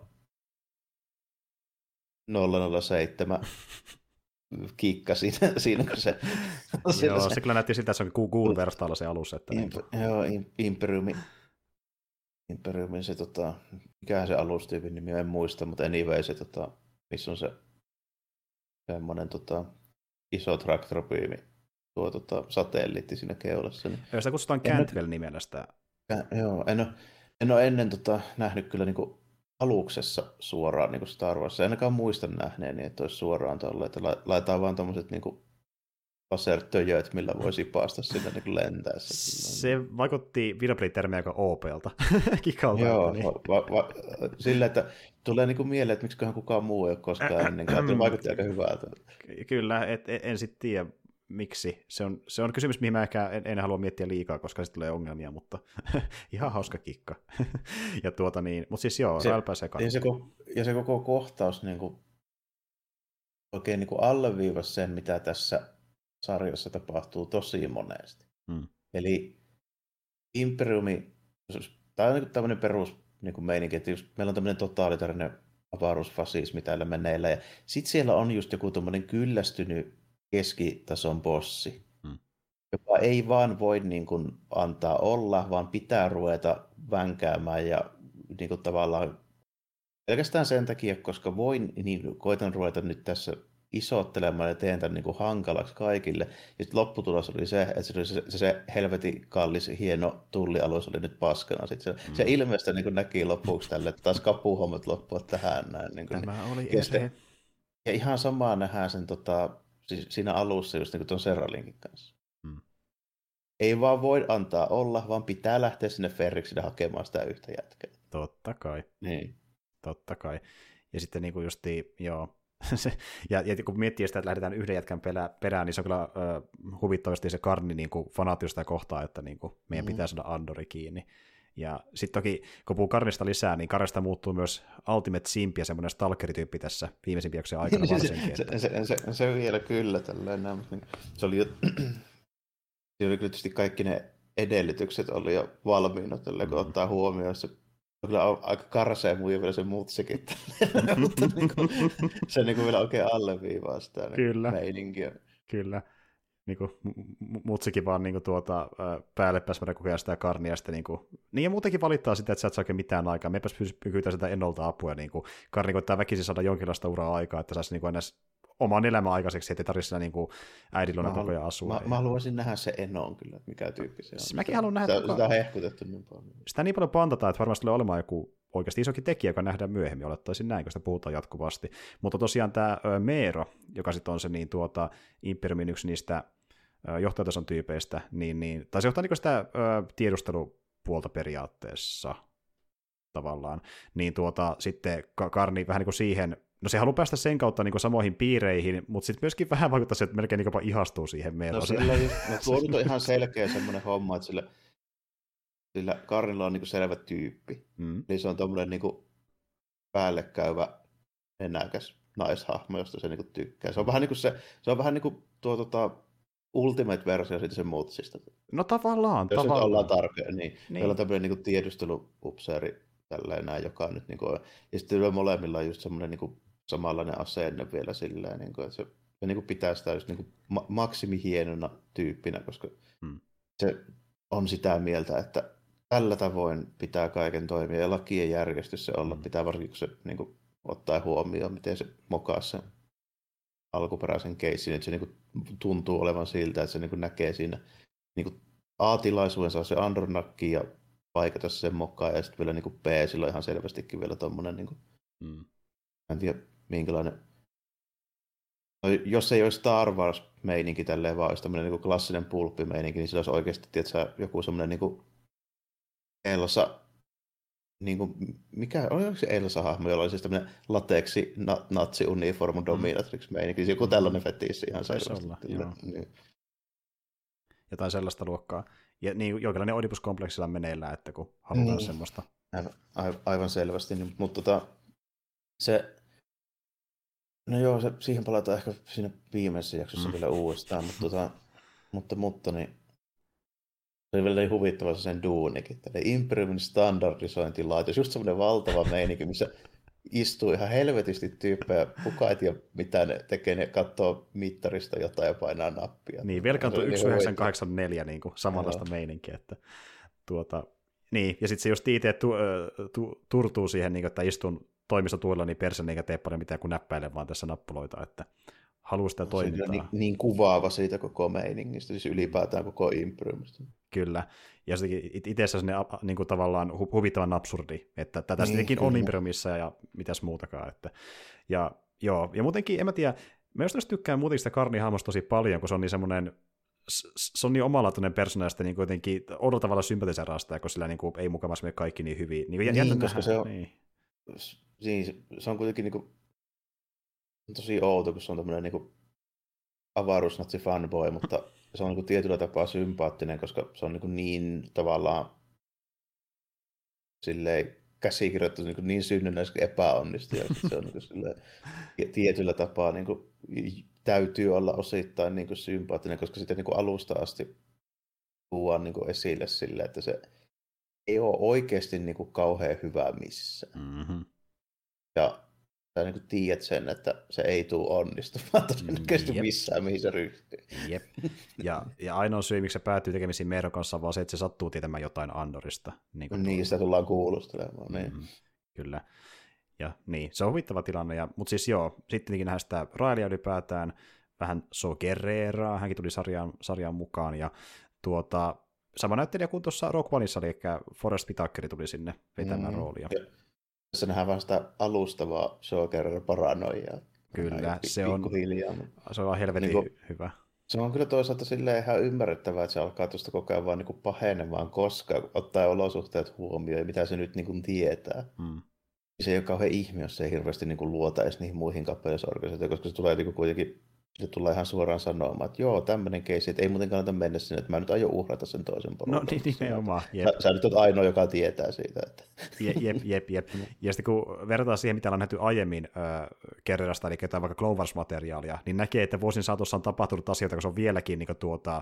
007 kikka siinä kun se... Joo, se kyllä näytti siltä, että se on cool verstaalla se alus. Että joo, Imperiumin se, mikähän se alustyypin nimi, en muista, mutta anyway se, missä on se semmoinen iso traktropyymi, satelliitti siinä keulassa. Niin... Sitä kutsutaan Cantwell-nimellä sitä. Joo, en ole ennen nähnyt kyllä niinku aluksessa suoraan niinku Star Wars. En ainakaan muista nähneeni, että olisi suoraan tuolla, että laitetaan vaan tommoset niinku lasertöjöt, millä voisi paasta sinne niin lentäessä. Se vaikutti videopelitermiä aika OP-lta. Kikalta. Joo, sillä, että tulee niin kuin mieleen, että miksiköhän kukaan muu ei ole koskaan ennenkään. Se vaikutti aika hyvältä. Kyllä, en sitten tiedä miksi. Se on kysymys, mihin mä en halua miettiä liikaa, koska sitten tulee ongelmia, mutta ihan hauska kikka. Ja mutta siis joo, Rälpää sekaan. Ja se koko kohtaus niin kuin, oikein niin kuin alleviivasi sen, mitä tässä sarjassa tapahtuu tosi monesti. Eli Imperiumi, tämä on niin tämmöinen perus niin meininki, että just meillä on tämmöinen totaalitarinen avaruusfasismi täällä meneillä, ja sitten siellä on just joku tämmöinen kyllästynyt keskitason bossi, joka ei vaan voi niin kuin antaa olla, vaan pitää ruveta vänkäämään ja niin kuin tavallaan pelkästään sen takia, koska koitan ruveta nyt tässä isottelemaan ja teen tämän niin kuin hankalaksi kaikille. Ja sitten lopputulos oli se, että se helvetin kallis, hieno tullialus oli nyt paskana. Sitten se ilmeisesti niin näki lopuksi tälle, että taas kapuhommat loppua tähän näin. Niin kuin, tämä oli ese. Ja ihan samaa nähdään sen siis siinä alussa just niin kuin tuon Serralinkin kanssa. Ei vaan voi antaa olla, vaan pitää lähteä sinne Ferriksille hakemaan sitä yhtä jätkää. Totta kai. Niin. Totta kai. Ja sitten niin kuin justiin, joo. ja kun miettii sitä, että lähdetään yhden jätkän perään, niin se on kyllä huvittavasti se Karni niin fanaattista sitä kohtaa, että niin kuin meidän pitää saada Andori kiinni. Ja sitten toki, kun puhuu Karnista lisää, niin Karnista muuttuu myös Ultimate Simp ja semmoinen stalkerityyppi tässä viimeisimpien jaksojen aikana varsinkin. Se vielä kyllä tällainen. Se oli tietysti kaikki ne edellytykset oli jo valmiina, kun ottaa huomioon se kyllä aika karsea muija vielä se mutsikin. Mutta niin kuin, se niin kuin vielä oikein alleviivaa sitä niin Kyllä. meininkiä. Kyllä. Niin kuin, mutsikin vaan niin kuin, päälle pääsmäärä kokea sitä karnia. Sitten, niin ja muutenkin valittaa sitä, että sä et saa oikein mitään aikaa. Me ei pyytää sitä ennolta apua. Niin kuin, karni koittaa väkisin saada jonkinlaista uraa aikaa, että saisi niin edes oman elämän aikaiseksi, ettei tarvitse siinä niin äidillä koko ajan asua. Mä haluaisin nähdä se Enon kyllä, mikä tyyppi se on. Siis mäkin haluan nähdä. Sitä on hehkutettu niin paljon. Sitä niin paljon pantataan, että varmasti tulee olemaan joku oikeasti isokin tekijä, joka nähdään myöhemmin, olettaisin näin, kun sitä puhutaan jatkuvasti. Mutta tosiaan tämä Meero, joka sitten on se niin Imperiumin yksi niistä johtajatason tyypeistä, tai se johtaa niin sitä tiedustelupuolta periaatteessa tavallaan, niin sitten Karni vähän niin kuin siihen, no se haluaa päästä sen kautta niin kuin samoihin piireihin, mutta sitten myöskin vähän vaikuttaa se, että melkein niin jopa ihastuu siihen Meeroon. Tuo on ihan selkeä semmoinen homma, että sillä Karnilla on niin kuin selvä tyyppi. Eli se on tommoinen niin kuin päälle käyvä nenäkäs naishahmo, josta se niin kuin tykkää. Se on vähän niin kuin se on vähän niin kuin tuo Ultimate-versio siitä sen muutsista. No tavallaan. Jos nyt ollaan tarkeen, niin. Meillä on tämmöinen niin tiedusteluupseeri tällainen näin, joka nyt niin kuin on. Ja sitten molemmilla on just semmoinen niin kuin samanlainen asenne vielä silleen, niin kuin, että se niin kuin pitää sitä just niin kuin maksimihienona tyyppinä, koska se on sitä mieltä, että tällä tavoin pitää kaiken toimia ja lakien järjestys se olla pitää, varsinkin kun se niin kuin ottaa huomioon, miten se mokaa sen alkuperäisen keissin, että se niin kuin tuntuu olevan siltä, että se niin kuin näkee siinä niin kuin A-tilaisuuden saa se Andronakki ja paikata sen mokaa, ja sitten vielä niin kuin B, sillä on ihan selvästikin vielä tommonen, niin kuin, en tiedä minkälainen, no, jos ei olisi Star Wars-meininki tälleen, vaan olisi tämmöinen niin klassinen pulppimeininki, niin sillä olisi oikeasti tietysti, joku semmoinen niin kuin Elsa, niin kuin, mikä oli se Elsa-hahmo, jolla oli siis tämmöinen lateksi natsi-uniformu dominatrix-meininki, siis joku tällainen fetissi ihan selvästi. Niin. Jotain sellaista luokkaa. Ja niin, jonkinlainen Oedipus-kompleksilla on meneillään, että kun halutaan semmoista. Aivan selvästi, niin, mutta se, no joo, siihen palataan ehkä siinä viimeisessä jaksossa vielä uudestaan, mutta niin, se oli vielä niin huvittava se sen duunikin. Imperiumin standardisointilaitos, just semmoinen valtava meininki, missä istuu ihan helvetisti tyyppejä, kuka et ja mitä ne tekee, ne katsoo mittarista jotain ja painaa nappia. Niin, velkaantuu 1984 niin kuin samanlaista meininkiä. Että, niin, ja sitten se just itse turtuu siihen, niin kuin, että istun toimistotuilla, niin persen eikä tee paljon mitään kuin näppäilen vaan tässä nappuloita, että haluaa sitä toimintaa. Niin kuvaava siitä koko meiningistä, siis ylipäätään koko Imperiumista. Kyllä, ja itsessä niin kuin tavallaan huvittavan absurdi, että tätä sittenkin on Imperiumissa ja mitäs muutakaan. Että, ja muutenkin, en mä tiedä, mä jostain tykkään muutenkin sitä Karni-hahmosta tosi paljon, kun se on niin semmoinen, se on niin omalaatuinen persoona, ja niin jotenkin odottaa tavalla sympatiserasta, kun sillä niin kuin, ei mukavasti mene kaikki niin hyvin. Koska se on, se on kuitenkin niin kuin, tosi outo, kun se on tämmöinen niin avaruusnatsi fanboy, mutta se on niin kuin tietyllä tapaa sympaattinen, koska se on niin tavallaan silleen käsikirjoittu niin synnynnäisesti epäonnistuja, että se on niin silleen, tietyllä tapaa niin kuin, täytyy olla osittain niin kuin sympaattinen, koska sitten niin kuin alusta asti tuodaan niin kuin esille silleen, että se ei ole oikeasti niin kuin kauhean hyvä missään. Ja sä niin kuin tiedät sen, että se ei tule onnistumaan todennäköisesti missään, mihin se ryhtyy. Jep. Ja ainoa syy, miksi se päätyy tekemisiin Meeron kanssa, on vaan se, että se sattuu tietämään jotain Andorista. Niin sitä tullaan kuulustelemaan. Kyllä. Ja niin, se on huvittava tilanne. Mutta siis sittenkin nähdään sitä Raelia ylipäätään, vähän So Guerreraa, hänkin tuli sarjaan mukaan, ja sama näyttelijä kuin tuossa Rogue Oneissa, eli Forrest Whitakeri tuli sinne vetämään roolia. Tässä nähdään vaan sitä alustavaa Show-Guerrero paranoiaa. Kyllä, se on helvetin niin hyvä. Se on kyllä toisaalta silleen ihan ymmärrettävää, että se alkaa tuosta koko ajan vaan niin pahenemaan, koska ottaa olosuhteet huomioon ja mitä se nyt niin kuin tietää. Se ei ole kauhean ihme, jos se ei hirveästi niin kuin luota edes niihin muihin kappalesorganisaatioihin, koska se tulee niin kuitenkin se tulee ihan suoraan sanomaan, että joo, tämmöinen keissi, että ei muuten kannata mennä sinne, että mä nyt aion uhrata sen toisen porukan. No niin, nimenomaan. Sä nyt oot ainoa, joka tietää siitä. Että. Jep. Ja sitten kun verrataan siihen, mitä on nähty aiemmin Guerrerasta, eli jotain vaikka Clone Wars-materiaalia, niin näkee, että vuosien saatossa on tapahtunut asioita, kun se on vieläkin niin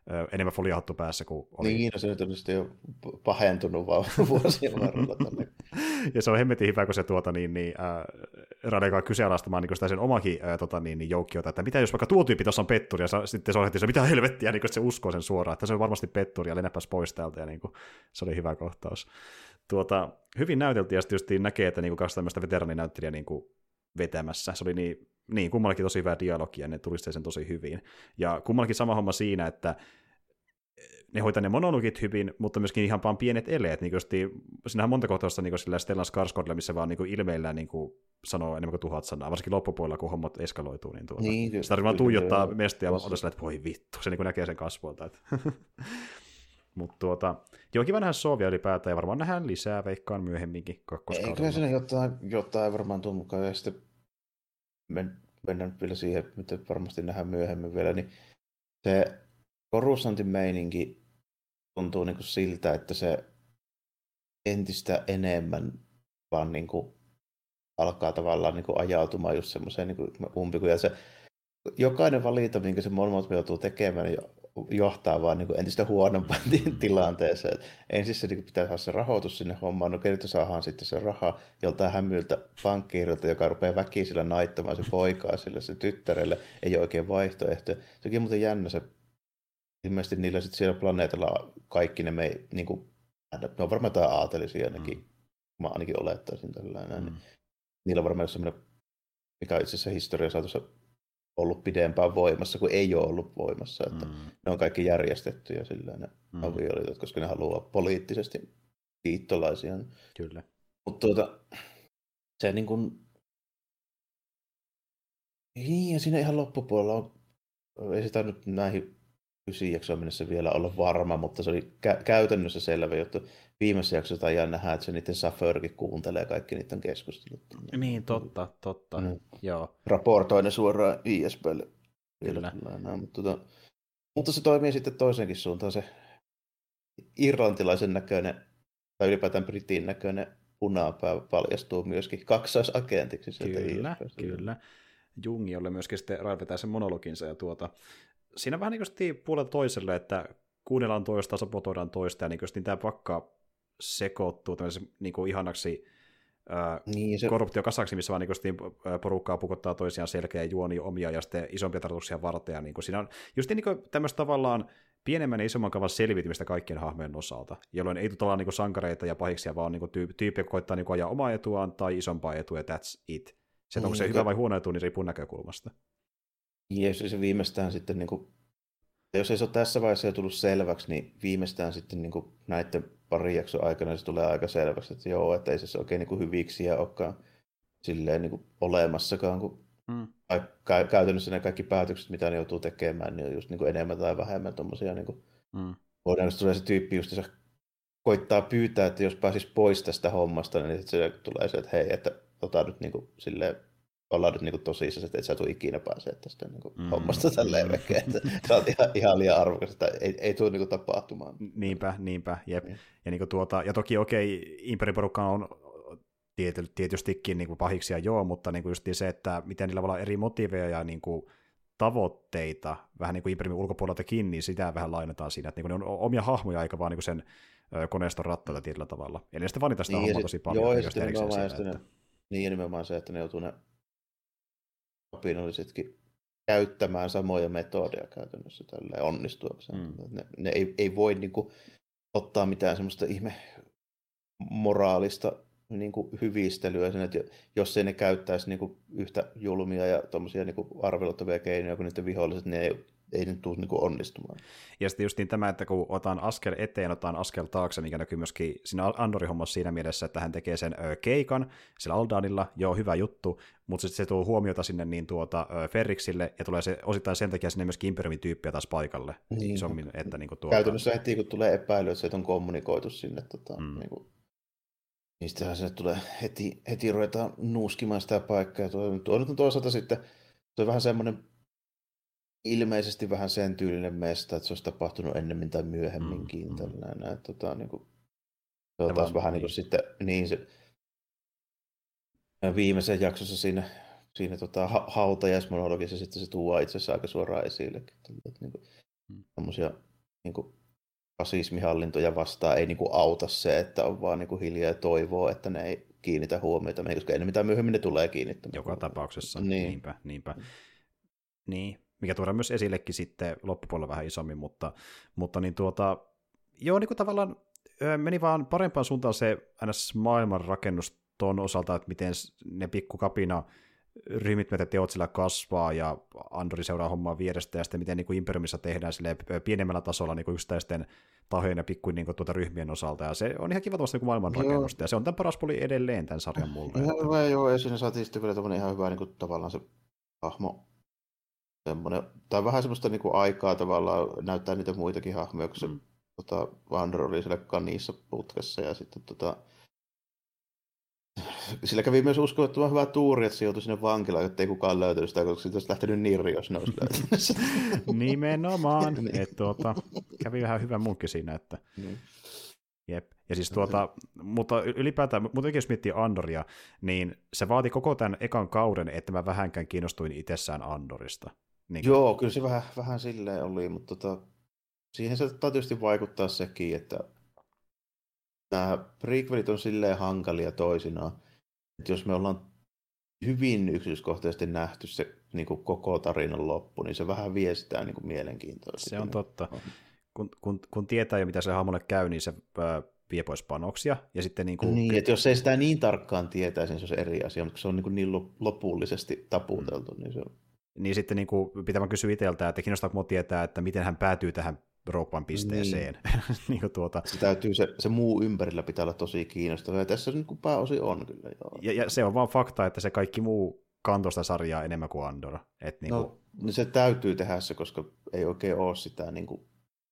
enemmän foliahattu päässä kuin oli. Niin, no se nyt on sitten jo pahentunut vaan vuosien varrella. Ja se on hemmetin hyvä, kun se Radekaa kyseenalaistamaan niin sitä sen omakin joukkiota, että mitä jos vaikka tuo tyyppi tuossa on petturi, ja sitten se on heti se, mitä helvettiä, niin se uskoo sen suoraan, että se on varmasti petturi, ja lennäpäs pois täältä, ja niin kuin, se oli hyvä kohtaus. Hyvin näyteltiin, ja sitten just näkee, että niin kaksi tämmöistä veteraninäyttelijää niin vetämässä. Se oli niin kummallakin tosi hyvä dialogia, ja ne tulisteli sen tosi hyvin. Ja kummallakin sama homma siinä, että ne hoitaa ne monologit hyvin, mutta myöskin ihan vaan pienet eleet. Niin siinähän on monta kohtausta niin sillä Stellan Skarsgårdilla, missä vaan niin ilmeillään niin sanoo enemmän kuin 1000 sanaa, varsinkin loppupuolella, kun hommat eskaloituu. Niin sitä tarvitsee vaan tuijottaa mestia ja olla sillä, että voi vittu, se niin näkee sen kasvoilta. Mutta kiva nähdä Sovia ylipäätään, ja varmaan nähdään lisää, veikkaan myöhemminkin kakkoskaudella. Eikä siinä jotain varmaan tule mukaan, ja sitten mennään vielä siihen, mitä varmasti nähdään myöhemmin vielä, niin se Coruscantin meininki tuntuu niin kuin siltä, että se entistä enemmän vaan niin kuin alkaa tavallaan niin kuin ajautumaan just semmoiseen niin umpikuun. Ja se jokainen valinta, minkä se Mon joutuu tekemään, niin johtaa vaan niin kuin entistä huonompaan tilanteeseen. Ensin se niin pitää saada se rahoitus sinne hommaan, no keneltä saadaan sitten se raha joltain hämmyltä pankkiirilta, joka rupeaa väkisillä naittamaan se poikaa sille, se tyttärelle, ei ole oikein vaihtoehtoja. Sekin on muuten jännä se. Ilmeisesti niillä sitten siellä planeetalla kaikki ne niin kuin, ne on varmaan jotain aatelisia ainakin, mä ainakin olettaisin tällainen. Niin niillä on varmaan semmoinen, mikä on itse asiassa historian saatossa ollut pidempään voimassa, kuin ei ole ollut voimassa. Että ne on kaikki järjestettyjä sillä ne avioliitot, koska ne haluaa poliittisesti liittolaisia. Kyllä. Mutta se niin kuin, niin, ja siinä ihan loppupuolella on, ei sitä nyt näihin 9 jaksoon mennessä vielä olla varma, mutta se oli käytännössä selvä juttu. Viimeisessä jaksossa ajan nähdään, että se niiden Saförkin kuuntelee kaikki niiden keskustelut. Niin, totta. Joo. Raportoi ne suoraan ISPlle. Kyllä. Mutta se toimii sitten toisenkin suuntaan. Se irlantilaisen näköinen, tai ylipäätään britin näköinen punapää paljastuu myöskin kaksoisagentiksi. Kyllä. Jungi, jolle myöskin sitten raivetaan sen monologinsa ja siinä vähän niin puolelta toiselle, että kuunnellaan toista, sabotoidaan toista, ja niin tämä pakka sekoittuu tämmöisen niin ihanaksi korruptiokasaksi, missä vaan niin porukkaa pukottaa toisiaan selkeä juoni omia ja sitten isompia tarkoituksia varten. Ja niin siinä on just niin tämmöistä tavallaan pienemmän ja isomman kavan selviytymistä kaikkien hahmojen osalta, jolloin ei tule niin sankareita ja pahiksia, vaan niin tyyppi, joka koittaa niin ajaa omaa etuaan tai isompaa etua, ja that's it. Se, onko se hyvä vai huono etu, niin riippuu näkökulmasta. Jees, se viimeistään sitten, niin kuin, jos ei se ole tässä vaiheessa jo tullut selväksi, niin viimeistään sitten niin kuin näiden parin jakson aikana se tulee aika selväksi, että joo, että ei se oikein niin kuin hyviksiä olekaan silleen niin kuin olemassakaan, kun käytännössä ne kaikki päätökset, mitä ne joutuu tekemään, niin on just niin kuin enemmän tai vähemmän tommosia, niin kuin, voidaan, jos tulee se tyyppi just, se koittaa pyytää, että jos pääsisi pois tästä hommasta, niin sitten se tulee se, että hei, että nyt niin kuin silleen, ollaan nyt niin tosissaan, että et sä tule ikinä pääsee tästä niin hommasta tälleen vekeen, että sä oot ihan liian arvokas, että ei tule niin tapahtumaan. Niinpä, jep. Ja, niin ja toki Imperiporukka on tietystikin niin pahiksia mutta niin just se, että miten niillä voi olla eri motiiveja ja niin tavoitteita, vähän niin kuin Imperiumin ulkopuoleltakin, niin sitä vähän lainataan siinä, että niin ne on omia hahmoja, eikä vaan niin sen koneiston rattaita tietyllä tavalla. Eli ne sitten valita sitä hommaa tosi paljon. Joo, ja nimenomaan se, että ne joutuu ne kapinallisetkin käyttämään samoja metodeja käytännössä tälleen onnistuakseen. Ne ei voi niin kuin, ottaa mitään semmoista ihme moraalista niin kuin hyvistelyä sen, että jos ei ne käyttäisi niin kuin yhtä julmia ja tommosia niin kuin arveluttavia keinoja kuin niiden viholliset, niin ei nyt tule niin kuin onnistumaan. Ja sitten just niin tämä, että kun otan askel eteen, otan askel taakse, mikä näkyy myöskin siinä Andorin hommassa siinä mielessä, että hän tekee sen keikan sillä Aldaanilla, joo, hyvä juttu, mutta sitten se tuo huomiota sinne niin Ferriksille, ja tulee se osittain sen takia sinne myöskin Imperiumin tyyppiä taas paikalle. Niin. Isommin, että niin käytännössä heti, kun tulee epäily, että se on kommunikoitu sinne, niin kuin, niin sittenhän sinne tulee heti ruvetaan nuuskimaan sitä paikkaa. Tuo nyt on toisaalta sitten, se on vähän semmoinen ilmeisesti vähän sen tyylinen mesta, että se olisi tapahtunut ennemmin tai myöhemminkin. Tällainen, että, niin kuin, se on taas vähän niin kuin sitten, niin se viimeisen jaksossa siinä hautajaismonologissa sitten se tuo itse asiassa aika suoraan esille. Niin niin kuin fasismihallintoja vastaan ei niin kuin auta se, että on vaan niin kuin hiljaa ja toivoo, että ne ei kiinnitä huomiota meihin, koska ennen mitä myöhemmin ne tulee kiinnittämään. Joka tapauksessa, Niin. niinpä. Niin, mikä tuodaan myös esillekin sitten loppupuolella vähän isommin, mutta niin joo, niin kuin tavallaan meni vaan parempaan suuntaan se maailmanrakennus ton osalta, että miten ne pikkukapina ryhmittymät ja teot sillä kasvaa, ja Andori seuraa hommaa vierestä, ja sitten miten niin kuin Imperiumissa tehdään pienemmällä tasolla niin kuin yksittäisten tahojen ja pikkuin niin ryhmien osalta, ja se on ihan kiva tuosta niin maailmanrakennusta, ja se on tämän paras puoli edelleen tämän sarjan mulle. Ihan hyvä, joo, ja siinä saatiin sitten vielä tämmöinen ihan hyvä niin kuin, tavallaan se hahmo, semmoinen, tai vähän semmoista niin kuin aikaa tavallaan näyttää niitä muitakin hahmoja, kun se Andor oli siellä kanissa putkessa, ja sitten sillä kävi myös uskomattoman hyvä tuuri, että se joutui sinne vankilaan, ettei kukaan löytänyt sitä, koska siitä olisi lähtenyt nirri, jos ne olisi löytänyt. Nimenomaan. Kävi vähän hyvä munkki siinä, että jep. Ja siis mutta ylipäätään, muutenkin jos miettii Andoria, niin se vaati koko tämän ekan kauden, että mä vähänkään kiinnostuin itsessään Andorista. Niin. Joo, kyllä se vähän silleen oli, mutta siihen se tietysti vaikuttaa sekin, että nämä prequelit on silleen hankalia toisinaan, että jos me ollaan hyvin yksityiskohtaisesti nähty se niin kuin koko tarinan loppu, niin se vähän vie sitä niin kuin mielenkiintoa. Se on totta. Kun tietää jo, mitä se hahmolle käy, niin se vie pois panoksia. Ja sitten niin, että jos ei sitä niin tarkkaan tietäisi, niin se on eri asia, mutta se on niin lopullisesti taputeltu, niin se on... Niin sitten pitää vaan kysyä itseltä, että kiinnostaako mua tietää, että miten hän päätyy tähän Rogue One-pisteeseen. Niin. Se täytyy, se muu ympärillä pitää olla tosi kiinnostavaa, ja tässä niin kuin pääosin on kyllä. Joo. Ja se on vaan fakta, että se kaikki muu kantoi sitä sarjaa enemmän kuin Andor. No se täytyy tehdä se, koska ei oikein ole sitä, niin kuin...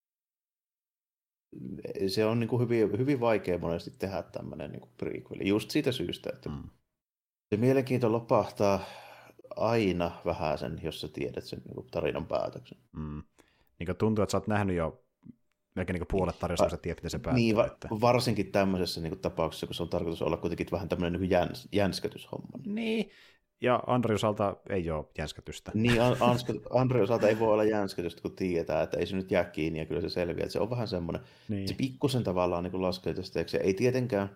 se on niin kuin hyvin vaikea monesti tehdä tämmöinen niin kuin prequel, just siitä syystä, että se mielenkiinto lopahtaa aina vähäsen, jos sä tiedät sen niin kuin tarinan päätöksen. Niin tuntuu, että sä oot nähnyt jo melkein niin puolet tarinasta, kun sä tiedät, miten se päättyy. Niin, varsinkin tämmöisessä niin kuin tapauksessa, kun se on tarkoitus olla kuitenkin vähän tämmöinen niin jänskätyshomma. Niin, ja Android osalta ei ole jänskätystä. Niin, Android osalta ei voi olla jänskätystä, kun tiedetään, että ei se nyt jää kiinni, ja kyllä se selviää. Että se on vähän semmoinen, se pikkusen tavallaan niin laskee tästä, ei tietenkään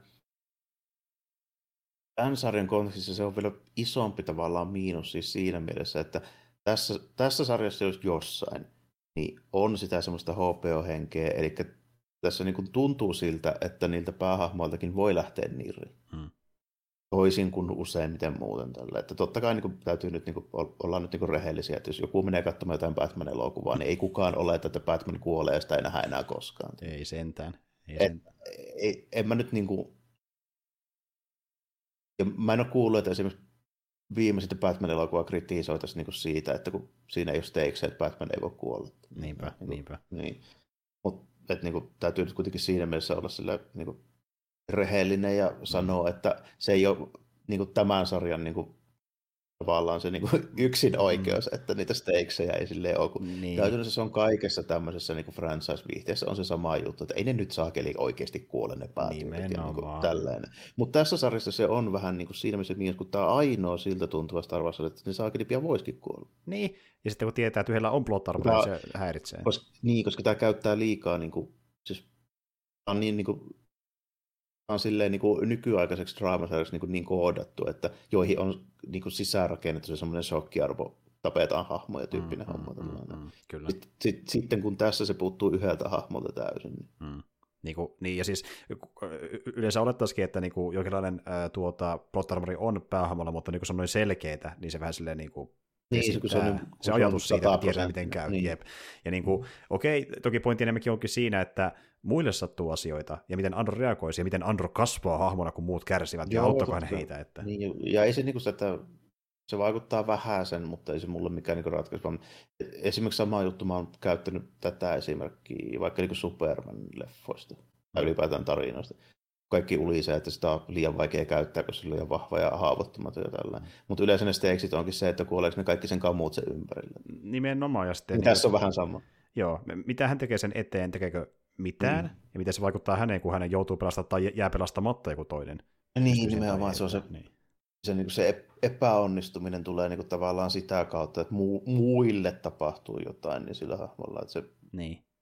tämän sarjan kontekstissa se on vielä isompi tavallaan miinus siis siinä mielessä, että tässä sarjassa jos jossain, niin on sitä semmoista HPO-henkeä, eli tässä niin kuin tuntuu siltä, että niiltä päähahmoiltakin voi lähteä nirri. Toisin kuin useimmiten muuten tällä. Että totta kai niin kuin, täytyy nyt niin kuin, olla nyt niin kuin rehellisiä, että jos joku menee katsomaan jotain Batman-elokuvaa, niin ei kukaan oleta, että Batman kuolee ja sitä ei nähdä enää koskaan. Ei sentään. En mä nyt niin kuin... Ja mä en ole kuullut, että esimerkiksi viimeiset Batman-elokuvaa kritisoitaisiin niin siitä, että kun siinä ei ole stakes, että Batman ei voi kuolla. Niinpä. Niin. Mutta niin täytyy nyt kuitenkin siinä mielessä olla sillä niin rehellinen ja sanoa, että se ei ole niin tämän sarjan niin tavallaan se niin yksin oikeus, että niitä stakesejä ei silleen ole. Niin. Käytännössä se on kaikessa tämmöisessä niin franchise-viihteessä on se sama juttu, että ei ne nyt saakeli oikeasti kuole ne päätyypit ja niin tällainen. Mutta tässä sarjassa se on vähän niin kuin siinä mielessä miinus, kun tämä ainoa siltä tuntuva Star Wars, että ne saakeli pian voisikin kuolla. Niin, ja sitten kun tietää, että yhdellä on plot armor, niin se häiritsee. Koska tämä käyttää liikaa, niin kuin, siis on niin kuin, on silleen niin kuin nykyaikaiseksi draamasarjaksi niin koodattu, että joihin on niin kuin sisäänrakennettu se semmoinen shokkiarvo, tapetaan hahmoja tyyppinen homma. Kyllä. Sitten kun tässä se puuttuu yhdeltä hahmolta täysin. Niin, ja siis yleensä olettaisikin, että niinku jonkinlainen plot armori on päähahmolla, mutta niin kun se on noin selkeätä, niin se vähän silleen se ajatus siitä, että tiedetään miten käy. Niin. Jep. Ja okei, toki pointti enemmänkin onkin siinä, että muille sattuu asioita, ja miten Andor reagoisi, ja miten Andor kasvaa hahmona, kun muut kärsivät, ja auttakohan heitä. Että... Niin, ja ei se että se vaikuttaa vähäisen, mutta ei se mulle mikään ratkaisu. Vaan esimerkiksi sama juttu, mä oon käyttänyt tätä esimerkkiä vaikka Superman-leffoista, tai ylipäätään tarinoista. Kaikki ulisee, että sitä on liian vaikea käyttää, koska se on liian vahva ja haavoittumaton ja tällainen. Mutta yleensä ne stakeisit onkin se, että kuoleeko ne kaikki sen kamut sen ympärillä. Nimenomaan. Ja sitten, tässä on vähän sama. Joo, mitä hän tekee sen eteen, tekeekö mitään, ja miten se vaikuttaa häneen, kun hänen joutuu pelastamaan tai jää pelastamatta joku toinen. Niin, nimenomaan se on se, se epäonnistuminen tulee tavallaan sitä kautta, että muille tapahtuu jotain niin sillä hahmolla, että se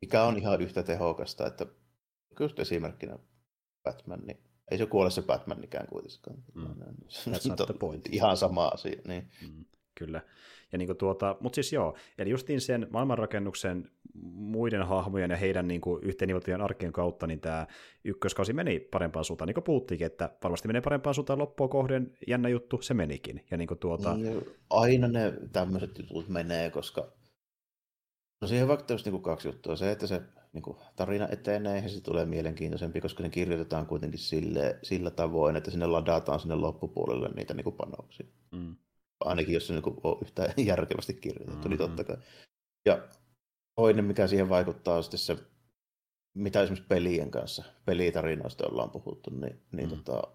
mikä on ihan yhtä tehokasta, että just esimerkkinä Batman, niin ei se kuole se Batmanikään kuitenkaan. That's the point. Ihan sama asia. Niin. Kyllä. Ja niin mutta siis joo, eli justiin sen maailmanrakennuksen muiden hahmojen ja heidän niin yhteennivottavien arkien kautta, niin tämä ykköskausi meni parempaan suuntaan, niin kuin puhuttiinkin, että varmasti menee parempaan suuntaan loppua kohden, jännä juttu, se menikin. Ja niin Niin, aina ne tämmöiset jutut menee, koska no siihen vaikka tämmöistä niin kaksi juttua. Se, että se niin tarina etenee ja se tulee mielenkiintoisempi, koska ne kirjoitetaan kuitenkin sillä tavoin, että sinne ladataan sinne loppupuolelle niitä niin panoksia. Ainakin jos se niin on yhtään järkevästi kirjoitettu, niin totta kai. Ja toinen, mikä siihen vaikuttaa, on sitten se, mitä esimerkiksi pelien kanssa, pelitarinoista ollaan puhuttu, niin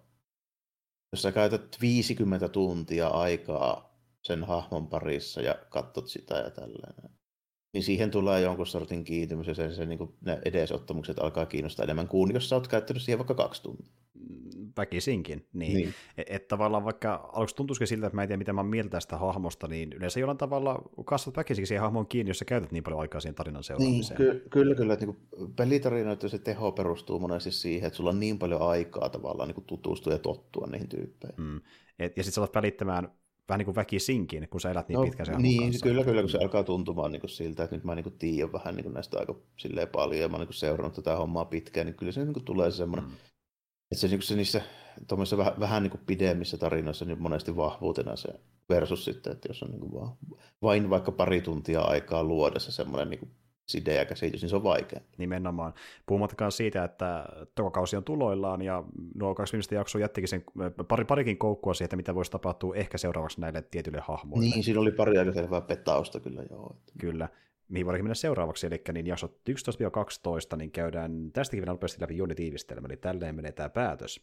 jos sä käytät 50 tuntia aikaa sen hahmon parissa ja katsot sitä ja tällainen, niin siihen tulee jonkun sortin kiintymys ja se niin kuin ne edesottamukset alkaa kiinnostaa enemmän kuin jos sä oot käyttänyt siihen vaikka 2 tuntia. Väkisinkin, niin. Että tavallaan vaikka aluksi tuntuisikin siltä, että mä en tiedä, mitä mä oon mieltä tästä hahmosta, niin yleensä jollain tavalla kasvat väkisinkin siihen hahmoon kiinni, jos sä käytät niin paljon aikaa siihen tarinan seuraamiseen. Niin, kyllä. Että niin pelitarinoita se teho perustuu monesti siihen, että sulla on niin paljon aikaa tavallaan niin tutustua ja tottua niihin tyyppeihin. Ja sitten sä alat välittämään vähän niin kuin väkisinkin, kun sä elät niin pitkään sen hahmon kanssa. Kyllä, kun se alkaa tuntumaan niin kuin siltä, että nyt mä niin tiedän vähän niin näistä aika paljon, ja mä oon niin seurannut tätä hommaa pitkään, niin kyllä se niin tulee semmoinen, että se niissä vähän niin kuin pidemmissä tarinoissa niin monesti vahvuutena se versus sitten, että jos on niin kuin vain vaikka pari tuntia aikaa luoda se semmoinen niin kuin side ja käsitys, niin se on vaikea. Nimenomaan. Puhumattakaan siitä, että toka kausi on tuloillaan, ja nuo 2 viimeistä jaksoa jättikin sen parikin koukkua siihen, että mitä voisi tapahtua ehkä seuraavaksi näille tietyille hahmoille. Niin, siinä oli pari aika selvää petausta kyllä, joo. Kyllä. Mihin voidaankin mennä seuraavaksi, eli niin jaksot 11-12, niin käydään tästäkin vielä nopeasti läpi juonitiivistelmä, eli tälleen menee tämä päätös.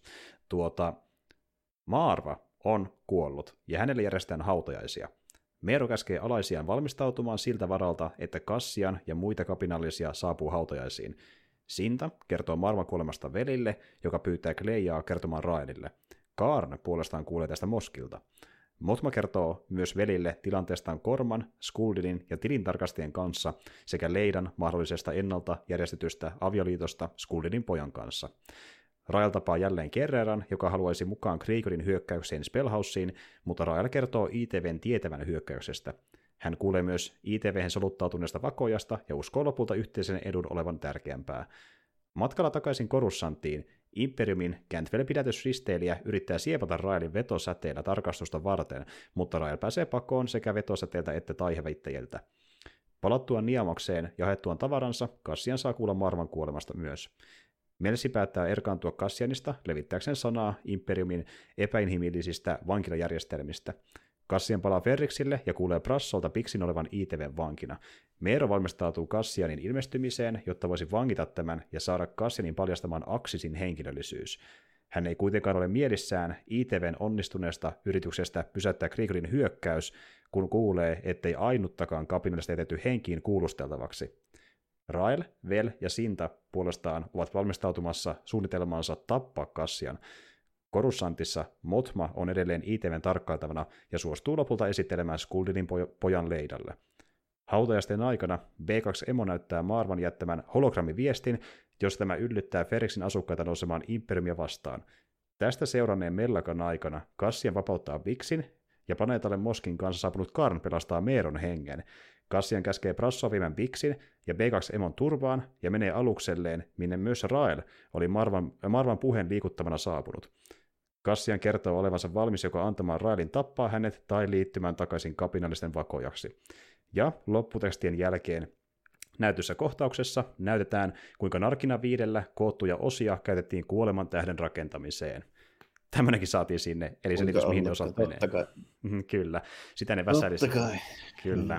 Maarva on kuollut, ja hänelle järjestetään hautajaisia. Meero käskee alaisiaan valmistautumaan siltä varalta, että Cassian ja muita kapinallisia saapuu hautajaisiin. Sinta kertoo Marvan kuolemasta velille, joka pyytää Cleyaa kertomaan Raelille. Kaarn puolestaan kuulee tästä Moskilta. Motma kertoo myös velille tilanteestaan Korman, Skuldinin ja tilintarkastajien kanssa sekä Leidan mahdollisesta ennalta järjestetystä avioliitosta Skuldinin pojan kanssa. Rael tapaa jälleen Kerreran, joka haluaisi mukaan Kriegerin hyökkäykseen Spellhouseen, mutta Rael kertoo ITVn tietävän hyökkäyksestä. Hän kuulee myös ITV:hen soluttautuneesta vakojasta ja uskoo lopulta yhteisen edun olevan tärkeämpää. Matkalla takaisin Korussanttiin Imperiumin Cantwell-pidätysristeilijä yrittää siepata Raelin vetosäteellä tarkastusta varten, mutta Rael pääsee pakoon sekä vetosäteeltä että taiheväittäjiltä. Palattuaan Niamokseen ja haettuaan tavaransa, Cassian saa kuulla Marvan kuolemasta myös. Melsi päättää erkaantua Cassianista levittääkseen sanaa Imperiumin epäinhimillisistä vankilajärjestelmistä. Cassian palaa Ferriksille ja kuulee Brassolta Pixin olevan ITV:n vankina. Meero valmistautuu Cassianin ilmestymiseen, jotta voisi vangita tämän ja saada Cassianin paljastamaan Axisin henkilöllisyys. Hän ei kuitenkaan ole mielissään ITV:n onnistuneesta yrityksestä pysäyttää Kriegerin hyökkäys, kun kuulee, ettei ainuttakaan kapinallista jätetty henkiin kuulusteltavaksi. Rael, Vel ja Sinta puolestaan ovat valmistautumassa suunnitelmaansa tappaa Cassian. Korussantissa Motma on edelleen ITV:n tarkkailtavana ja suostuu lopulta esittelemään Skuldinin pojan Leidalle. Hautajaisten aikana B2-emo näyttää Marvan jättämän hologrammiviestin, jos tämä yllyttää Ferriksin asukkaita nousemaan Imperiumia vastaan. Tästä seuranneen mellakan aikana Cassian vapauttaa Bixin ja planeetalle Moskin kanssa saapunut Karn pelastaa Meeron hengen. Cassian käskee Brassoa viemään Bixin ja B2-emon turvaan ja menee alukselleen, minne myös Rael oli Marvan puheen liikuttavana saapunut. Cassian kertoo olevansa valmis joko antamaan Raelin tappaa hänet tai liittymään takaisin kapinallisten vakojaksi. Ja lopputekstien jälkeen näytössä kohtauksessa näytetään, kuinka Narkina 5 koottuja osia käytettiin kuoleman tähden rakentamiseen. Tämmöinenkin saatiin sinne, eli selitys mihin ne osat menee. Kyllä, sitä ne väsäilisi. Kyllä.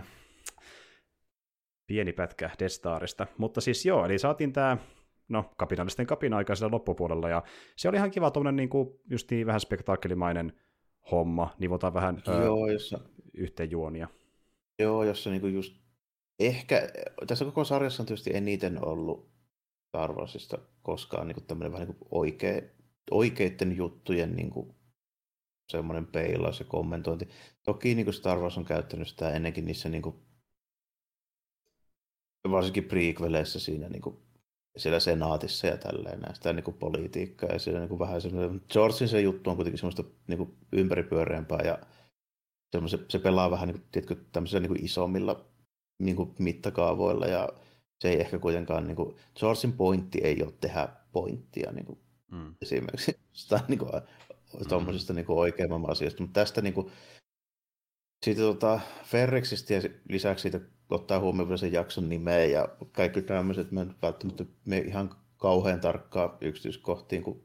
Pieni pätkä Death Starista. Mutta siis joo, eli saatiin tämä kapinallisten kapina-aika siellä loppupuolella, ja se oli ihan kiva tuommoinen niin kuin just niin vähän spektaakkelimainen homma, nivotaan vähän yhteenjuonia. Joo, jossa niinku just ehkä, tässä koko sarjassa on tietysti eniten ollut Star Warsista koskaan niinku tämmöinen vähän niinku oikeiden juttujen niinku semmoinen peilaus ja kommentointi. Toki niinku Star Wars on käyttänyt sitä ennenkin niissä niinku varsinkin prequeleissa siinä niin kuin, siellä senaatissa ja tälleen näistä niin kuin politiikkaa ja siellä niin kuin vähän semmoinen, Georgein se juttu on kuitenkin semmoista niin kuin ympäripyöreämpää ja se pelaa vähän niin kuin, tiedätkö, tämmöisillä niin kuin isommilla niin kuin mittakaavoilla ja se ei ehkä kuitenkaan, niin kuin, Georgein pointti ei ole tehdä pointtia niin kuin, esimerkiksi sitä niin kuin, tuommoisesta niin kuin oikeamman asiasta, mutta tästä niin kuin, siitä Ferrexistä ja lisäksi siitä ottaa huomioon vielä sen jakson nimeä ja kaikki tämmöiset, mä en välttämättä mene ihan kauhean tarkkaan yksityiskohtiin, kun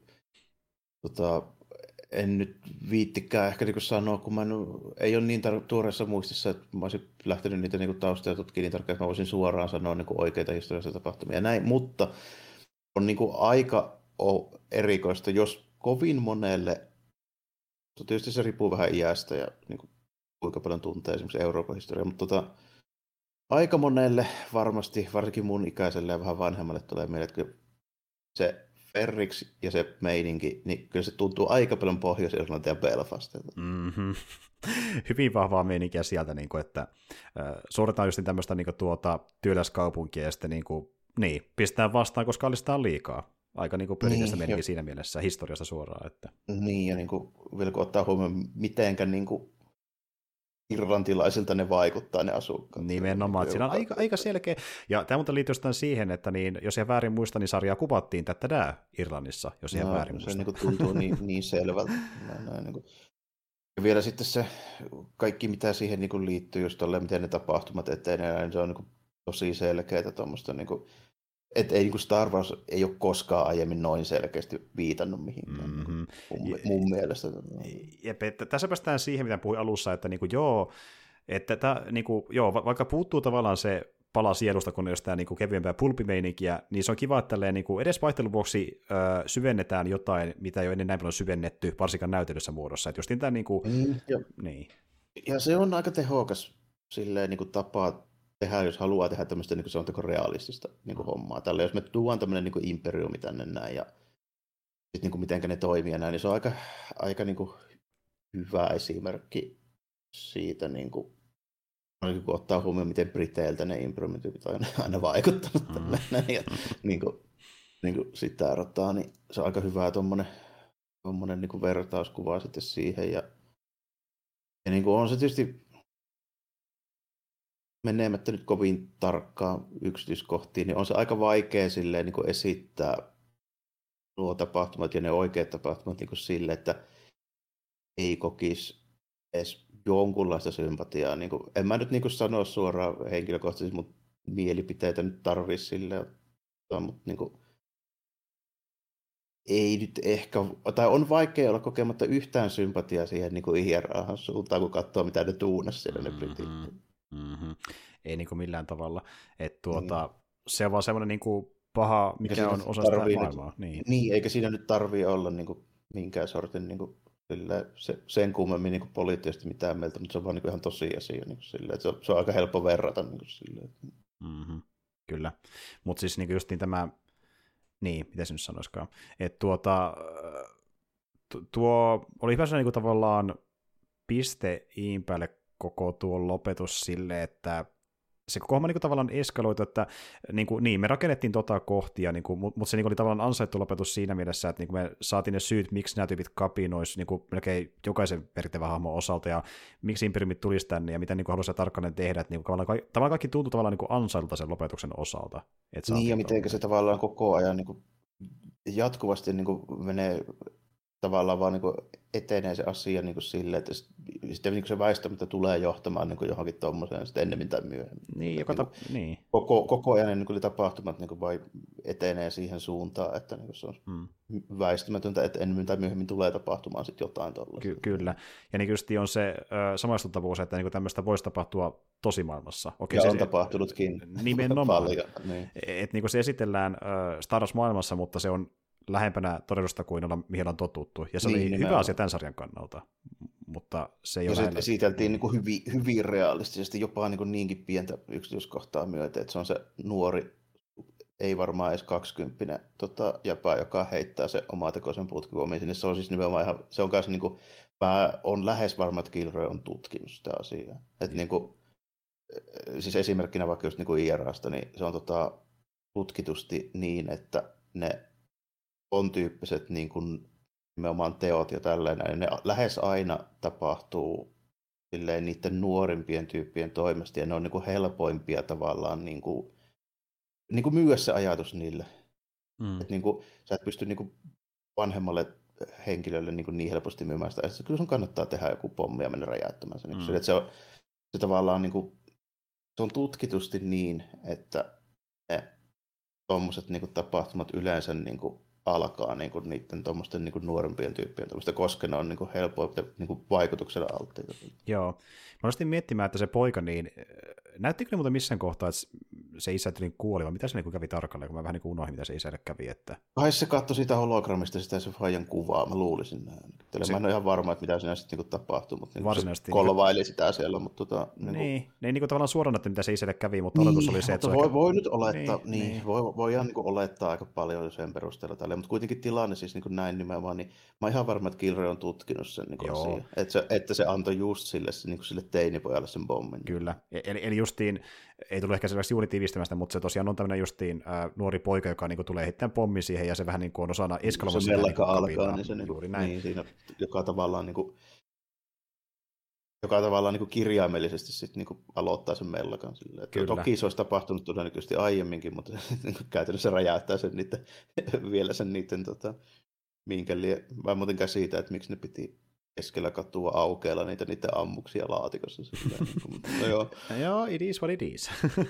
en nyt viittikään ehkä niin sanoa, kun ei ole niin tuoreessa muistissa, että mä olisin lähtenyt niitä niin taustoja tutkimaan niin tarkkaan, että mä voisin suoraan sanoa niin oikeita historiallisia tapahtumia ja näin, mutta on niin aika erikoista, jos kovin monelle, tietysti se riippuu vähän iästä ja niin kuinka paljon tuntee esimerkiksi Euroopan historiaa, mutta aika monelle varmasti, varsinkin mun ikäiselle ja vähän vanhemmalle tulee mieleen, että se Ferrix ja se meininki, niin kyllä se tuntuu aika paljon Pohjois-Irlantia Belfastilta. Mm-hmm. Hyvin vahvaa meininkiä sieltä, niin kuin, että suoritetaan just tämmöistä niin kuin, työläskaupunkia ja sitten niin, pistetään vastaan, koska alistaan liikaa. Aika niin perinteistä meininkiä siinä mielessä historiasta suoraan. Että. Niin, ja niin kuin, vielä kun ottaa huomioon, mitenkä niin kuin irlantilaisilta ne vaikuttaa, ne asukkaat. Nimenomaan, siinä on aika selkeä. Ja tämä muuten liittyy siihen, että niin, jos ihan väärin muista, niin sarjaa kuvattiin tätä Irlannissa, jos ihan väärin muista. Se niin kuin tuntuu niin selvältä. Niin kuin. Ja vielä sitten se kaikki, mitä siihen niin kuin liittyy, just tolleen, miten ne tapahtumat etenee, niin se on niin kuin tosi selkeää tuommoista, niin kuin, että ei, niin kuin Star Wars ei ole koskaan aiemmin noin selkeästi viitannut mihinkään, mun mielestä. Jep, tässä päästään siihen, mitä puhuin alussa, että että vaikka puuttuu tavallaan se pala sielusta, kun on jostain kevyempää pulpimeininkiä, niin se on kiva, että edes vaihtelun vuoksi syvennetään jotain, mitä ei ole ennen näin paljon syvennetty, varsinkaan näytellyssä muodossa. Että justiin tämä niin. Ja se on aika tehokas silleen, tapa tehdä, jos haluaa tehdä tämmöistä sanotaanko realistista hommaa. Tällä jos me tuodaan tämmöinen imperiumi tänne näin ja sitten miten ne toimii ja näin, niin se on aika hyvä esimerkki siitä, kun ottaa huomioon, miten briteiltä ne imperiumityypit on aina vaikuttanut tällainen ja sitä erottaa, niin se on aika hyvä tuommoinen vertauskuva sitten siihen ja on se tietysti menemättä nyt kovin tarkkaan yksityiskohtiin, niin on se aika vaikea silleen esittää nuo tapahtumat ja ne oikeat tapahtumat silleen, että ei kokisi edes jonkunlaista sympatiaa. En mä nyt sanoa suoraan henkilökohtaisesti, mutta mielipiteitä nyt tarvitsisi silleen, mutta ei nyt ehkä, tai on vaikea olla kokematta yhtään sympatiaa siihen IRAhan suuntaan, kun katsoo, mitä ne tuunasi siellä ne britit. Ei millään tavalla. Että se on vaan semmoinen paha, mikä on osa sitä maailmaa. Niin, eikä siinä nyt tarvitse olla minkään sortin sen kummemmin poliittisesti mitään mieltä, mutta se on vaan ihan tosiasia. Että se on aika helppo verrata. Kyllä. Mutta siis just tämä, miten se nyt sanoisikaan, että tuo oli hyvä se tavallaan piste iin päälle koko tuo lopetus sille, että se koko homma tavallaan eskaloitu, että me rakennettiin kohtia, mutta se oli tavallaan ansaittu lopetus siinä mielessä, että me saatiin ne syyt, miksi nämä tyypit kapinois melkein jokaisen merkittävän hahmon osalta, ja miksi imperiumit tulisi tänne, ja mitä haluaisi tarkalleen tehdä, että tavallaan kaikki tuntui tavallaan ansailta sen lopetuksen osalta. Niin, ja miten se tavallaan koko ajan jatkuvasti menee tavallaan vaan etenee se asia silleen, että sitten se väistämättä tulee johtamaan johonkin tuommoiseen sitten ennemmin tai myöhemmin. Niin, koko ajan ne tapahtumat vai etenee siihen suuntaan, että se on väistämätöntä, että ennemmin tai myöhemmin tulee tapahtumaan sitten jotain tuollaista. Kyllä, ja just on se samaistuttavuus, että tämmöistä voisi tapahtua tosimaailmassa. Okei, ja on tapahtunutkin nimenomaan. Paljon. Niin. Että se esitellään Star Wars-maailmassa, mutta se on lähempänä todellisuutta kuin mihin on totuttu. Ja se oli hyvä asia tämän sarjan kannalta. Mutta se ei ole se esiteltiin hyvin realistisesti, jopa niinkin pientä yksityiskohtaa myöten, että se on se nuori, ei varmaan edes 20 jäpä, joka heittää se omatekoisen putkivoimin sinne. Se on siis nimenomaan ihan, se on kanssa mä on lähes varma, että Gilroy on tutkinut sitä asiaa. Että siis esimerkkinä vaikka just niin kuin IRAsta, niin se on tutkitusti niin, että ne on tyyppiset niin kuin nimenomaan teot ja tällainen, ne lähes aina tapahtuu silleen niiden nuorimpien tyyppien toimesta, ja ne on niin kuin helpoimpia tavallaan niin kuin myyä se ajatus niille. Että niin kuin, sä et pysty niin kuin vanhemmalle henkilölle niin helposti myymään sitä, että kyllä sun kannattaa tehdä joku pommi ja mennä räjäyttämään se. Niin että se tavallaan niin kuin, se on tutkitusti niin, että ne tuommoiset niin kuin tapahtumat yleensä niin kuin alkaa niin kuin niiden tuommoisten niin kuin nuorempien tyyppien tuommoista, koska ne on niin kuin helpoimmin niin kuin vaikutuksella alttiita. Joo. Mä nostin miettimään, että se poika, niin näyttikö ne muuten missään kohtaa, että se isä kuoli, vai mitä se niin kävi tarkalleen, kun mä vähän niin unohdin, mitä se isälle kävi. Että... Kai se katsoi sitä hologrammista sitä se faijan kuvaa, mä luulisin näin. Mä en ole ihan varma, että mitä siinä sitten niin tapahtui, mutta niin se kolvaili sitä siellä. Mutta niin, ne ei niin tavallaan suoraan näytä, mitä se isälle kävi, mutta oletus oli se, että se voi nyt olettaa, voi ihan niin olettaa aika paljon sen perusteella tälle, mutta kuitenkin tilanne siis niin näin nimenomaan, niin mä oon ihan varma, että Kilroy on tutkinut sen niin asian, että se antoi just sille teinipojalle sen pommin. Kyllä, eli justiin, ei tullut ehkä selväksi juuri tiivistämästä, mutta se tosiaan on tämmöinen justiin nuori poika, joka niin tulee heittämään pommi siihen, ja se vähän niin kuin on osana eskaloimaan sitä. Se mellaka alkaa, niin se juuri näin. Niin, siinä joka tavallaan kirjaimellisesti sit niin kuin aloittaa sen mellakan. Toki se olisi tapahtunut todennäköisesti aiemminkin, mutta niin käytännössä räjäyttää sen vielä sen niiden minkäli. Mä muutenkaan siitä, että miksi ne piti keskellä katua aukeella niiden ammuksia laatikossa. No joo, it is what it is.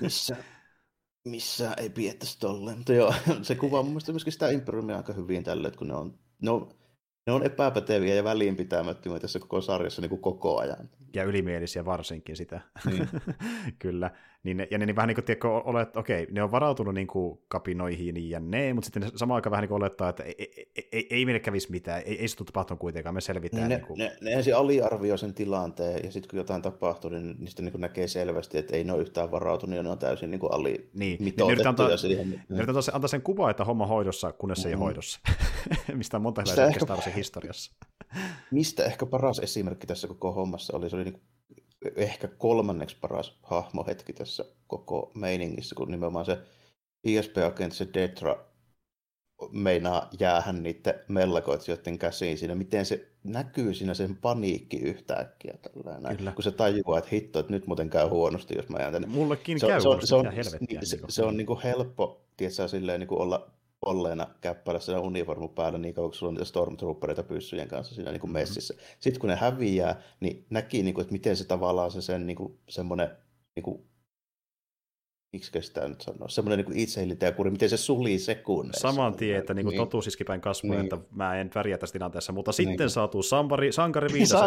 Missä ei piettäisi tolleen. Mutta joo, se kuvaa mun mielestä myöskin sitä Imperiumia aika hyvin tälle, että kun ne on epäpäteviä ja väliinpitämättömiä tässä koko sarjassa niin kuin koko ajan. Ja ylimielisiä varsinkin sitä. Niin. Kyllä. Ja ne vähän niin kuin tiedätkö, että okei, ne on varautunut niin kuin kapinoihin ja ne, mutta sitten samaan aikaan vähän niin kuin olettaa, että ei meille kävisi mitään, ei se tule tapahtunut kuitenkaan, me selvitään. Ne ensin aliarvioi sen tilanteen, ja sitten kun jotain tapahtuu, niin niistä niin näkee selvästi, että ei ne ole yhtään varautunut, ja ne on täysin niin alimitoitettuja siihen. Ne yritetään antaa sen kuva, että homma hoidossa, kunnes se ei ole hoidossa. Mistä on monta hyvää Star Warsin historiassa. Mistä ehkä paras esimerkki tässä koko hommassa oli, se oli niin ehkä kolmanneksi paras hahmohetki tässä koko meiningissä, kun nimenomaan se ISP-agentti, se Detra, meinaa jäähän niiden mellakoitsijoiden käsiin siinä, miten se näkyy siinä sen paniikki yhtäkkiä tällainen, kun se tajuaa, että hitto, että nyt muuten käy huonosti, jos mä jään tänne. Mullekin käy se on helppo, tietysti silleen niin kuin olla olleena käppäillä siinä uniformu päällä niin kauan, kun sulla on niitä stormtroopereita pyssyjen kanssa siinä niin kuin messissä. Sitten kun ne häviää, niin näki, niin kuin, että miten se tavallaan sen niin kuin, semmoinen, niin kuin, miksi kestää nyt sanoa, semmoinen niin kuin itsehillintä ja kuri, miten se suli sekunnissa. Saman tien, että niin kuin totuus iskipäin kasvoja, että mä en pärjää tässä tilanteessa, mutta sitten saatuu sankariviisassa.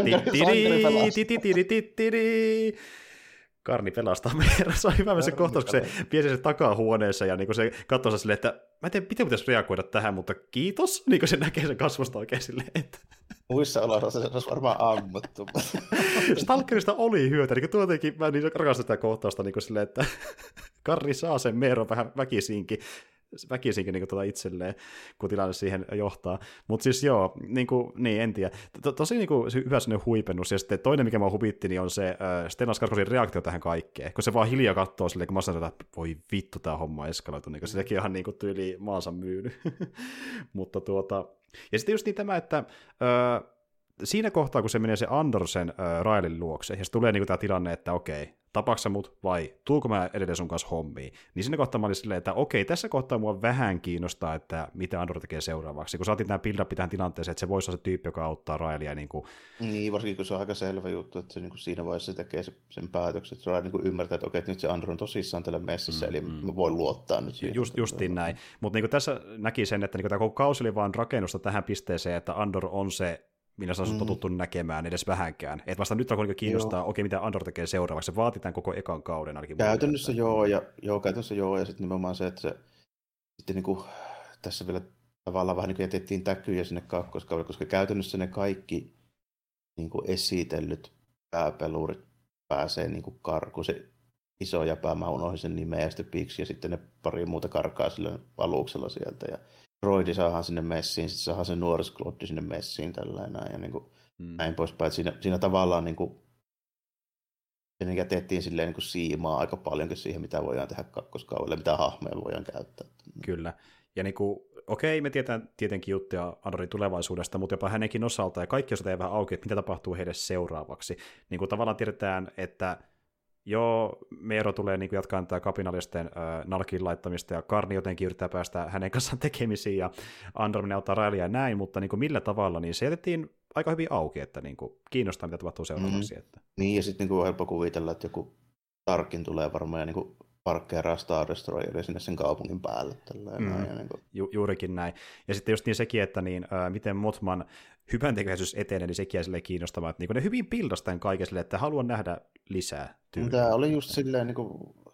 Karni pelastaa meidän. Se on hyvä se kohtaus, kun se piesi se takahuoneessa ja niin se katsoo silleen, että mä en tiedä, miten pitäisi reagoida tähän, mutta kiitos, niin kuin se näkee sen kasvosta oikein silleen, että... Muissa oloissa se olisi varmaan ammuttu. Stalkerista oli hyötä, niin tuotenkin mä niin rakastan sitä kohtausta niin silleen, että Karri saa sen Meeron vähän väkisinkin niin itselleen, kun tilanne siihen johtaa. Mutta siis joo, niin en tiedä. Tosi hyvä sellainen huipennus. Ja sitten toinen, mikä mä huvitti, niin on se Stellan Skarsgårdin reaktio tähän kaikkeen. Kun se vaan hiljaa katsoo silleen, kun mä sanon, että voi vittu, tää homma eskaloitu. Niin se teki ihan niin kuin tyyli maansa myynyt. Mutta ja sitten just niin tämä, että siinä kohtaa, kun se menee se Andor sen Raelin luokse, ja se tulee niin tämä tilanne, että okei, tapaksa mut vai tuuko mä edelleen sun kanssa hommiin, niin siinä kohtaa mä olin silleen, että okei, tässä kohtaa mua vähän kiinnostaa, että mitä Andor tekee seuraavaksi, kun saatiin tämä build-up tähän tilanteeseen, että se voisi olla se tyyppi, joka auttaa Raelia. Niin, varsinkin kun se on aika selvä juttu, että se niin kuin siinä vaiheessa se tekee sen päätöksen, että Rael niin ymmärtää, että okei, että nyt se Andor on tosissaan tällä messissä, eli mä voin luottaa nyt siihen. Justiin näin, mutta niin tässä näki sen, että niin tämä koko kausi oli vaan rakennusta tähän pisteeseen, että Andor on se minä olen totuttu näkemään edes vähänkään. Että vasta nyt alkoi kiinnostaa, okei, mitä Andor tekee seuraavaksi. Se vaatii tämän koko ekan kauden ainakin. Käytännössä joo, ja sitten nimenomaan se, että se sitten niin kuin, tässä vielä tavallaan vähän niin kuin jätettiin täkyjä sinne kakkoskaudelle, koska käytännössä ne kaikki niin kuin esitellyt pääpelurit pääsee niin kuin karkuun. Se iso jäpä, mä unohdin sen nimeä, ja sitten Pix, ja sitten ne pari muuta karkaa sillä aluksella sieltä, ja Droidi saadaan sinne messiin, sitten saadaan se nuorisklotti sinne messiin tällainen ja niin kuin näin poispäin. Siinä tavallaan niin kuin, sen jätettiin silleen niin kuin siimaa aika paljonkin siihen, mitä voidaan tehdä kakkoskaudelle, mitä hahmoja voidaan käyttää. Kyllä. Ja niin kuin, okei, me tiedetään tietenkin juttuja Andorin tulevaisuudesta, mutta jopa hänenkin osalta, ja kaikki osalta ei vähän auki, että mitä tapahtuu heille seuraavaksi. Niin kuin tavallaan tiedetään, että joo, Meero tulee niin jatkaa tätä kapinallisten nalkiin laittamista, ja Karni jotenkin yrittää päästä hänen kanssaan tekemisiin, ja Andor auttaa Railia ja näin, mutta niin kuin millä tavalla, niin se jätettiin aika hyvin auki, että niin kuin kiinnostaa, mitä tapahtuu seuraavaksi. Että. Niin, ja sitten niin on helppo kuvitella, että joku Tarkin tulee varmaan ja niin parkkeeraa Star Destroyeria sinne sen kaupungin päälle. Näin, juurikin näin. Ja sitten just niin sekin, että miten Mothman hyväntekeväisyys etenee, niin sekin jäi kiinnostamaan, että niin ne hyvin pildas tämän kaiken silleen, että haluan nähdä lisää tyyliä. Tämä oli just silleen, niin kuin,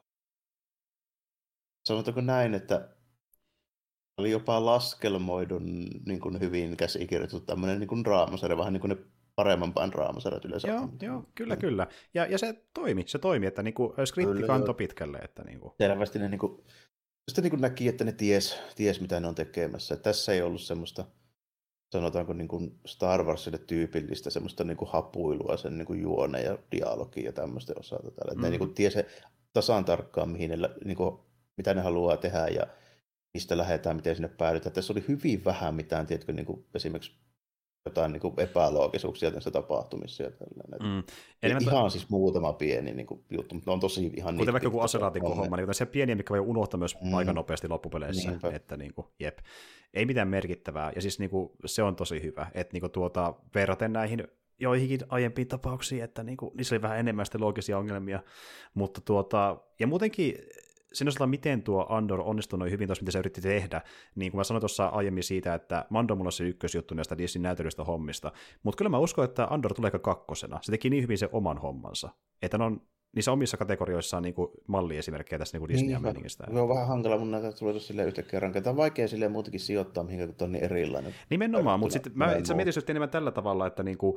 sanotaanko näin, että oli jopa laskelmoidun niin kuin hyvin käsikirjoitettu tämmöinen niin kuin draamasarja, vähän niin kuin ne paremman päin draamasarjat yleensä. Joo, kyllä. Ja se toimi, että niinku skripti kantoi pitkälle. Että niinku. Selvästi ne niinku, sitten niinku näki, että ne ties mitä ne on tekemässä. Tässä ei ollut semmoista, sanotaanko niin kuin Star Warsille tyypillistä semmoista niin kuin hapuilua sen niin kuin juone ja dialogi ja tämmöisten osalta. Ne niin kuin tiesi tasan tarkkaan, mihin ne, niin kuin, mitä ne haluaa tehdä ja mistä lähdetään, miten sinne päädytään. Tässä oli hyvin vähän mitään, tiedätkö, niin kuin esimerkiksi jotain niin kuin epäloogisuuksia näissä tapahtumissa. Ja ihan siis muutama pieni niin kuin juttu, mutta ne on tosi ihan... Kuten vaikka joku aseraatikko-homma, niin se pieniä, mikä voi unohtaa myös aika nopeasti loppupeleissä. Että, niin kuin, jep. Ei mitään merkittävää, ja siis niin kuin, se on tosi hyvä, että niin kuin, verraten näihin joihinkin aiempiin tapauksiin, että niin kuin, niissä oli vähän enemmän sitten loogisia ongelmia, mutta ja muutenkin sen osalta, miten tuo Andor onnistui noin hyvin tuossa, mitä se yritti tehdä, niin kuin mä sanoin tuossa aiemmin siitä, että Mando mulla on se ykkösjuttu näistä Disneyn näytelyistä hommista, mutta kyllä mä uskon, että Andor tulee kakkosena. Se teki niin hyvin sen oman hommansa, että ne on niissä omissa kategorioissaan niin malliesimerkkejä tässä niin Disney-meningistä. Se on vähän hankala mun näitä tulee silleen yhtäkkiä rankata. On vaikea silleen muutenkin sijoittaa, mihin on niin erilainen. Nimenomaan, mutta sitten mä itse mietin enemmän tällä tavalla, että niinku,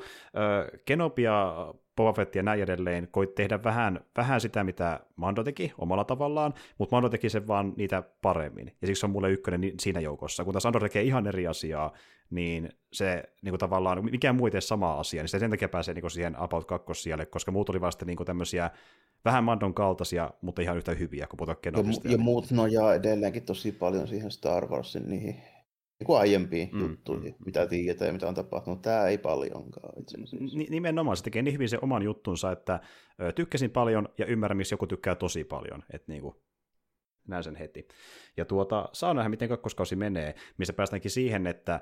Kenopia, Boba Fett ja näin edelleen koit tehdä vähän sitä, mitä Mando teki omalla tavallaan, mutta Mando teki sen vaan niitä paremmin. Ja siksi on mulle ykkönen siinä joukossa. Kun taas Andor tekee ihan eri asiaa, niin se niin tavallaan, mikään muu ei tee samaa asiaa, niin se sen takia pääsee niin siihen About 2 koska muut oli vasta niin tämmöisiä vähän Mandon kaltaisia, mutta ihan yhtä hyviä, kun puhutaan Kenopista. Ja muut nojaa edelleenkin tosi paljon siihen Star Warsin niihin aiempiin juttuihin, mitä tiedetään ja mitä on tapahtunut. Tämä ei paljonkaan. Nimenomaan se tekee niin hyvin sen oman juttunsa, että tykkäsin paljon ja ymmärrän, missä joku tykkää tosi paljon. Että niin kuin, näen sen heti. Ja saa nähdä, miten kakkoskausi menee, missä päästäänkin siihen, että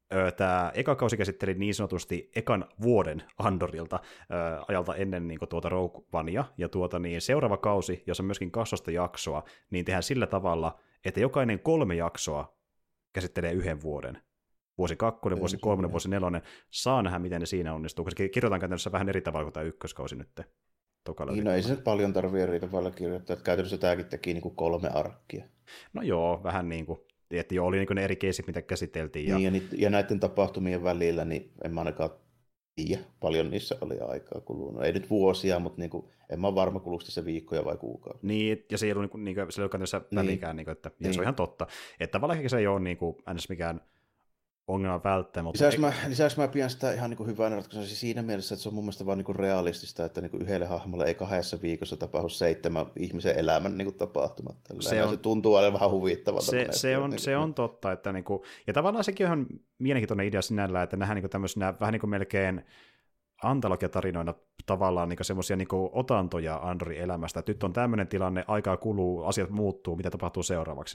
tämä eka kausi käsitteli niin sanotusti ekan vuoden Andorilta ajalta ennen niin kuin, Rogue Onea, ja seuraava kausi, jossa on myöskin 12 jaksoa, niin tehdään sillä tavalla, että jokainen 3 jaksoa käsittelee 1 vuoden. Vuosi 2, vuosi 3, vuosi 4, saa nähdä, miten ne siinä onnistuu, koska kirjoitan käytännössä vähän eri tavalla kuin tämä ykköskausi nyt. Niin, no ei se paljon tarvitse eri tavalla kirjoittaa, että käytännössä tämäkin teki niin kuin 3 arkkia. No joo, vähän niin kuin, että joo, oli niin kuin ne eri keisit, mitä käsiteltiin. Niin, ja näiden tapahtumien välillä, niin en mä ainakaan tiedä, paljon niissä oli aikaa kulunut. Ei nyt vuosia, mutta niin kuin, en mä ole varma, kuluuko se viikkoja vai kuukausia. Niin, ja se ei ollut niin kuin, se ei ollut käytännössä välikään, niin kuin, että niin. Se on ihan totta. Että tavallaan se ei ole niin kuin, mikään ongelma välttämättä. Mutta lisäksi mä pidän sitä ihan niin hyvänä ratkaisuna siinä mielessä, että se on mun mielestä vaan niin realistista, että niin yhdelle hahmolle ei 2 viikossa tapahdu 7 ihmisen elämän niin tapahtumat. Se tuntuu olevan vähän huvittavalta. Se on totta. Että niin kuin, ja tavallaan sekin on ihan mielenkiintoinen idea sinällään, että nähdään niin tämmöisenä vähän niin kuin melkein antologiatarinoina tavallaan niin semmoisia niin otantoja Andorin elämästä, että nyt on tämmöinen tilanne, aikaa kuluu, asiat muuttuu, mitä tapahtuu seuraavaksi.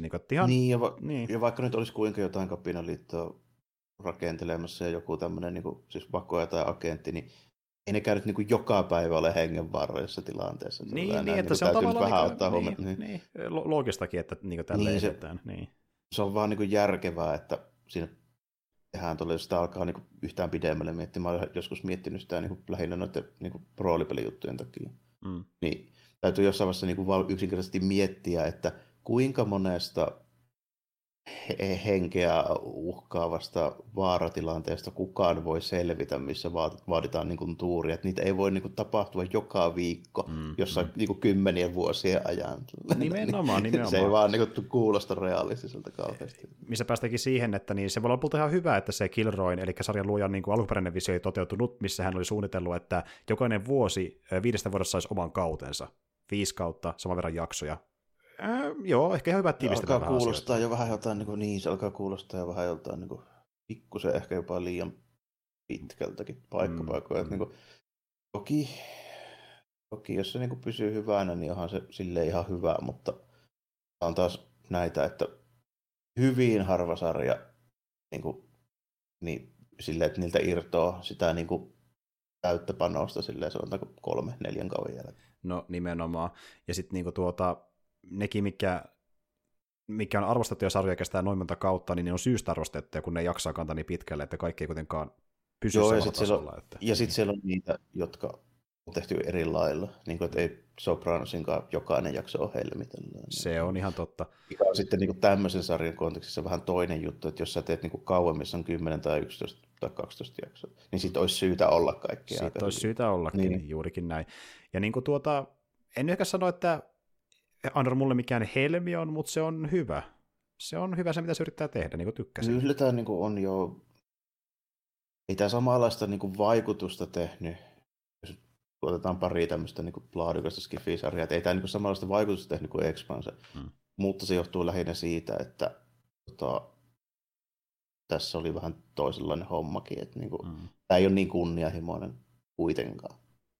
Ja vaikka nyt olisi kuinka jotain kapinaliittoa rakentelemassa ja joku tämmöinen niin siis vakoja tai agentti, niin ei nekään nyt niin joka päivä ole hengenvaarallisessa tilanteessa. Niin, että se on tavallaan vähän ottaa niin, loogistakin, että niin tällä edetään. Se on vaan niin järkevää, että siinä tehdään tuolla, jos sitä alkaa niin yhtään pidemmälle miettimään. Mä olen joskus miettinyt sitä niin lähinnä noiden niin roolipelijuttujen takia. Niin täytyy jossain vaiheessa niin yksinkertaisesti miettiä, että kuinka monesta henkeä uhkaavasta vaaratilanteesta kukaan voi selvitä, missä vaaditaan niin kuin tuuria. Että niitä ei voi niin kuin tapahtua joka viikko, jossain niin kuin kymmenien vuosien ajan. Nimenomaan. Se ei vaan niin kuin kuulosta realistiselta kauheasti. Missä päästäänkin siihen, että niin se voi olla lopulta ihan hyvä, että se Kilroyn, eli sarjan luojan niin kuin alkuperäinen visio ei toteutunut, missä hän oli suunnitellut, että jokainen vuosi 5 vuodessa saisi oman kautensa. 5 kautta, saman verran jaksoja. Joo, ehkä ihan hyvä tiivistellä vähän kuulostaa asioita. jo vähän jotain, niin se alkaa kuulostaa jo vähän jotain niin pikkusen ehkä jopa liian pitkältäkin paikkapaikoja. Niin toki, jos se niin pysyy hyvänä, niin onhan se silleen ihan hyvä, mutta on taas näitä, että hyvin harva sarja niin silleen, että niiltä irtoaa sitä niin kuin täyttä panosta silleen, sanotaanko 3-4 kauden jälkeen. No nimenomaan. Ja sitten niin nekin, mikä on arvostettuja sarjoja kestää noin monta kautta, niin ne on syystä arvostettuja, kun ne jaksaa kantaa niin pitkälle, että kaikki ei kuitenkaan pysy samalla tasolla. Ja sitten siellä on niitä, jotka on tehty eri lailla, niin kuin, että ei Sopranosinkaan jokainen jakso ole helmitellään. Se on ihan totta. Mikä on sitten niin kuin tämmöisen sarjan kontekstissa vähän toinen juttu, että jos sä teet niin kuin kauan, missä on 10 tai 11 tai 12 jaksoa, niin sitten olisi syytä olla kaikkea. Sitten olisi syytä ollakin, niin. Juurikin näin. Ja niin kuin en ehkä sano, että Andor mulle mikään helmi on, mutta se on hyvä. Se on hyvä se, mitä se yrittää tehdä, niin kuin tykkäsin. Kyllä tämä niin kuin on jo, ei tämä samanlaista niin kuin vaikutusta tehnyt, jos tuotetaan pari tämmöistä niin kuin laadukasta skifi-sarjaa, ei tämä niin kuin samanlaista vaikutusta tehnyt kuin Expanse, mutta se johtuu lähinnä siitä, että tässä oli vähän toisenlainen hommakin, että niin kuin, tämä ei ole niin kunnianhimoinen kuitenkaan.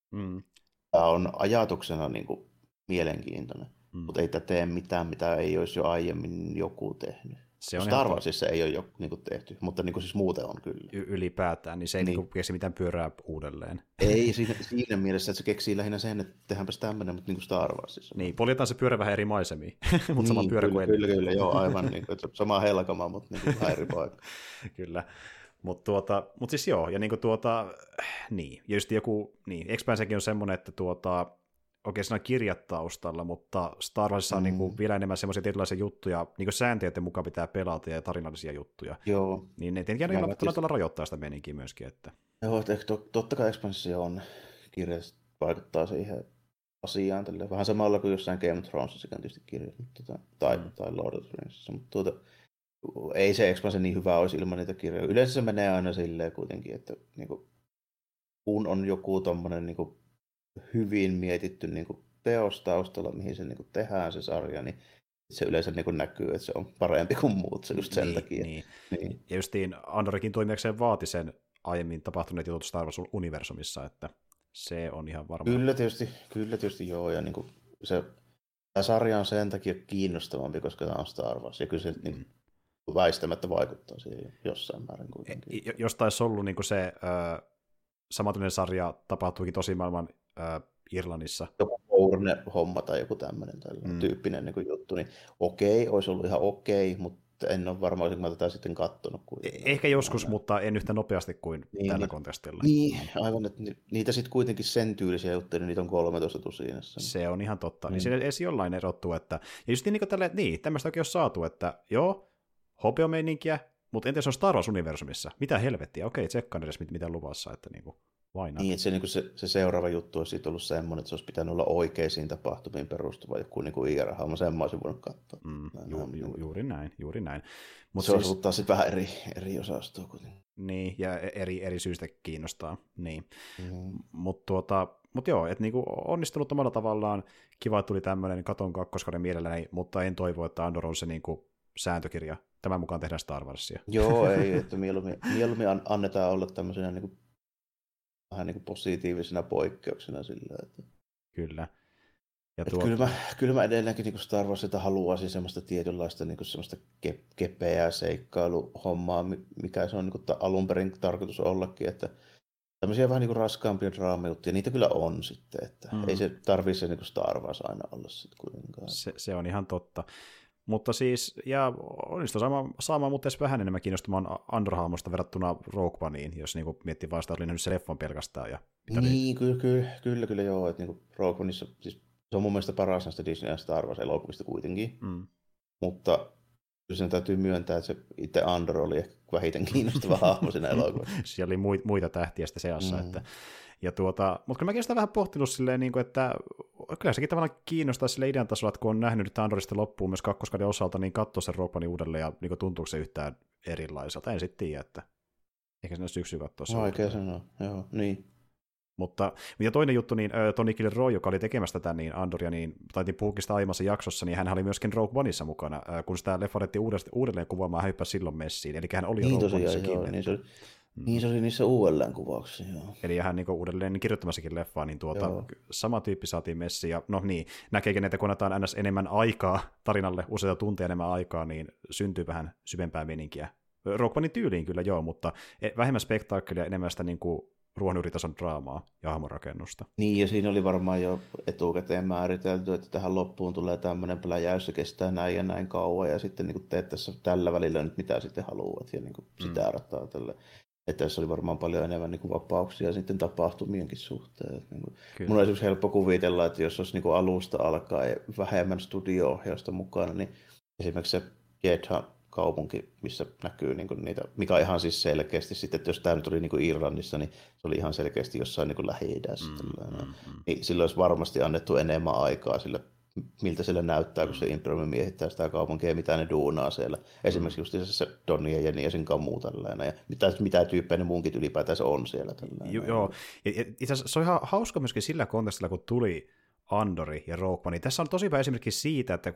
Tämä on ajatuksena niin kuin mielenkiintoinen, mutta ei tämä tee mitään, mitä ei olisi jo aiemmin joku tehnyt. Star Warsissa ei ole jo niin kuin tehty, mutta niin kuin siis muuten on kyllä. Ylipäätään, niin se ei niin keksi mitään pyörää uudelleen. Ei siinä mielessä, että se keksii lähinnä sen, että tehdäänpäs tämmöinen, mutta niin kuin Star Warsissa. Niin, poljetaan se pyörä vähän eri maisemiin, mutta sama pyörä kuin ennen. Kyllä, joo, aivan niin kuin, sama helkama, mutta niin kuin eri paikka. Kyllä. Mutta siis joo, ja niin, ja just joku, niin, Expansekin on semmoinen, että oikein siinä on kirjat taustalla, mutta Star Warsissa on niin vielä enemmän semmoisia tietynlaisia juttuja, niin kuin sääntöjen mukaan pitää pelata ja tarinallisia juttuja. Joo. Niin ne tietenkin tuolla rajoittaa sitä meininkiä myöskin. Että. Joo, totta kai Expanse on kirjat vaikuttaa siihen asiaan, tälleen. Vähän samalla kuin jossain Game of Thronesissa tietysti kirjat, tai Lord of the Ringsissa, mutta ei se Expanse niin hyvä olisi ilman niitä kirjoja. Yleensä se menee aina silleen kuitenkin, että niin kuin, kun on joku tommonen niin kuin hyvin mietitty niin kuin teos taustalla, mihin se niin kuin tehdään se sarja, niin se yleensä niin kuin näkyy, että se on parempi kuin muut, se just sen takia. Niin. Ja justiin Andorikin toimijakseen vaati sen aiemmin tapahtuneet jutut Star Wars-universumissa, että se on ihan varma. Kyllä tietysti joo, ja niin kuin tämä sarja on sen takia kiinnostavampi, koska tämä on Star Wars, ja kyllä se niin väistämättä vaikuttaa siihen jossain määrin kuitenkin. Jos taisi ollut niin kuin se samanlainen sarja tapahtuikin tosimaailman Irlannissa. Joku Bourne-homma tai joku tämmöinen tyyppinen niin kuin juttu, niin okei, olisi ollut ihan okei, mutta en ole varma, olisinko mä tätä sitten katsonut. Ehkä joskus, mutta en yhtä nopeasti kuin tällä kontekstilla. Niin, aivan, että niitä sitten kuitenkin sen tyylisiä juttuja, niin niitä on 13 tusinassa. Se on ihan totta. Niin siinä edes jollain erottuu, että ja just niin kuin tälleen, niin, tämmöistä oikein on saatu, että joo, hopeomeininkiä, mutta entä se on Star Wars-universumissa? Mitä helvettiä? Okei, tsekkaan edes, mitä luvassa, että niinku, vaina. Niin, että se seuraava juttu olisi ollut semmoinen, että se olisi pitänyt olla oikeisiin tapahtumiin perustuva joku niin kuin IR-hahmo, sen mä olisin voinut katsoa. Juuri näin. Mut se olisi ollut taas vähän eri osastoa kuitenkin. Niin, ja eri syystä kiinnostaa. Niin. Mutta joo, että niinku onnistunut omalla tavallaan, kiva, että tuli tämmöinen, katon kakkoskauden mielelläni, mutta en toivo, että Andor on se niinku sääntökirja. Tämän mukaan tehdään Star Warsia. Joo, ei, että mieluummin annetaan olla tämmöisenä niin kuin, vähän niin kuin positiivisena poikkeuksena sillä. Että. Kyllä. Ja kyllä mä edelleenkin niin kuin Star Warsilta haluaisin semmoista tietynlaista niin kuin semmoista kepeää seikkailuhommaa, mikä se on niin kuin alun perin tarkoitus ollakin, että tämmöisiä vähän niin kuin raskaampia draamajuttuja, niitä kyllä on sitten, että ei se tarvitse se niin kuin Star Wars aina olla sitten kuitenkaan. Se on ihan totta. Mutta siis, ja onnistui saamaan mut edes vähän enemmän kiinnostumaan Andor-hahmosta verrattuna Rogue Oneen, jos niinku miettii vaan sitä, oli nähnyt se leffon pelkästään. Ja niin, kyllä joo, että niinku Rogue Oneissa, siis se on mun mielestä paras näistä Disney ja Star Wars-elokuvista kuitenkin, mutta Sen täytyy myöntää, että se itse Andor oli ehkä vähiten kiinnostava hahmo siinä elokuvassa. Siellä oli muita tähtiä sitten seassa. Että, ja mutta kyllä mäkin sitä vähän pohtinut silleen, niin kuin, että kyllä sekin tavallaan kiinnostaa sille idean tasolla, että kun on nähnyt nyt Andorista loppuun myös kakkoskauden osalta, niin katsoa sen Rogue Onein uudelleen ja niin tuntuuko se yhtään erilaiselta. En sitten tiedä, että eikä sinne syksy katsoa se. Vaikea sanoa, joo, niin. Mutta ja toinen juttu, niin Tony Gilroy, joka oli tekemässä tätä niin Andoria, niin taitin puhukin sitä aiemmassa jaksossa, niin hän oli myöskin Rogue Oneissa mukana, kun sitä leffa otettiin uudelleen kuvaamaan, hän hyppäsi silloin messiin, eli hän oli niin Rogue Oneissakin. Joo, niin se oli niissä uudelleenkuvauksissa, joo. Eli hän niin uudelleen kirjoittamassakin leffaa, niin sama tyyppi saatiin messiin, ja no niin, näkeekin, että kun annetaan ns. Enemmän aikaa tarinalle, useita tunteja enemmän aikaa, niin syntyy vähän syvempää meninkiä. Rogue Onein tyyliin kyllä joo, mutta vähemmän spektaakkelia, enemmän sitä niin kuin ruohonjuuritason draamaa ja hahmonrakennusta. Niin, ja siinä oli varmaan jo etukäteen määritelty, että tähän loppuun tulee tämmöinen pläjäys, se kestää näin ja näin kauan, ja sitten niin teet tässä tällä välillä nyt mitä sitten haluat, ja niin sitä rataa tälle. Että tässä oli varmaan paljon enemmän niin vapauksia sitten tapahtumienkin suhteen. Niin mun on esimerkiksi helppo kuvitella, että jos olisi niin alusta alkaen vähemmän studio-ohjausta mukana, niin esimerkiksi se Jedha kaupunki, missä näkyy niin niitä, mikä on ihan siis selkeästi sitten, että jos tämä nyt oli niin Irlannissa, niin se oli ihan selkeästi jossain niin Lähi-idässä. Niin silloin olisi varmasti annettu enemmän aikaa sille, miltä siellä näyttää, kun se Imperium miehittää sitä kaupunkia ja mitä ne duunaa siellä. Esimerkiksi just se Donnie ja Jenny ja sen kamuu tällainen, ja mitä tyyppejä ne munkit ylipäätään on siellä. Joo, ja itse asiassa se on ihan hauska myöskin sillä kontekstilla, kun tuli Andori ja Rogue One. Tässä on tosi hyvä esimerkki siitä, että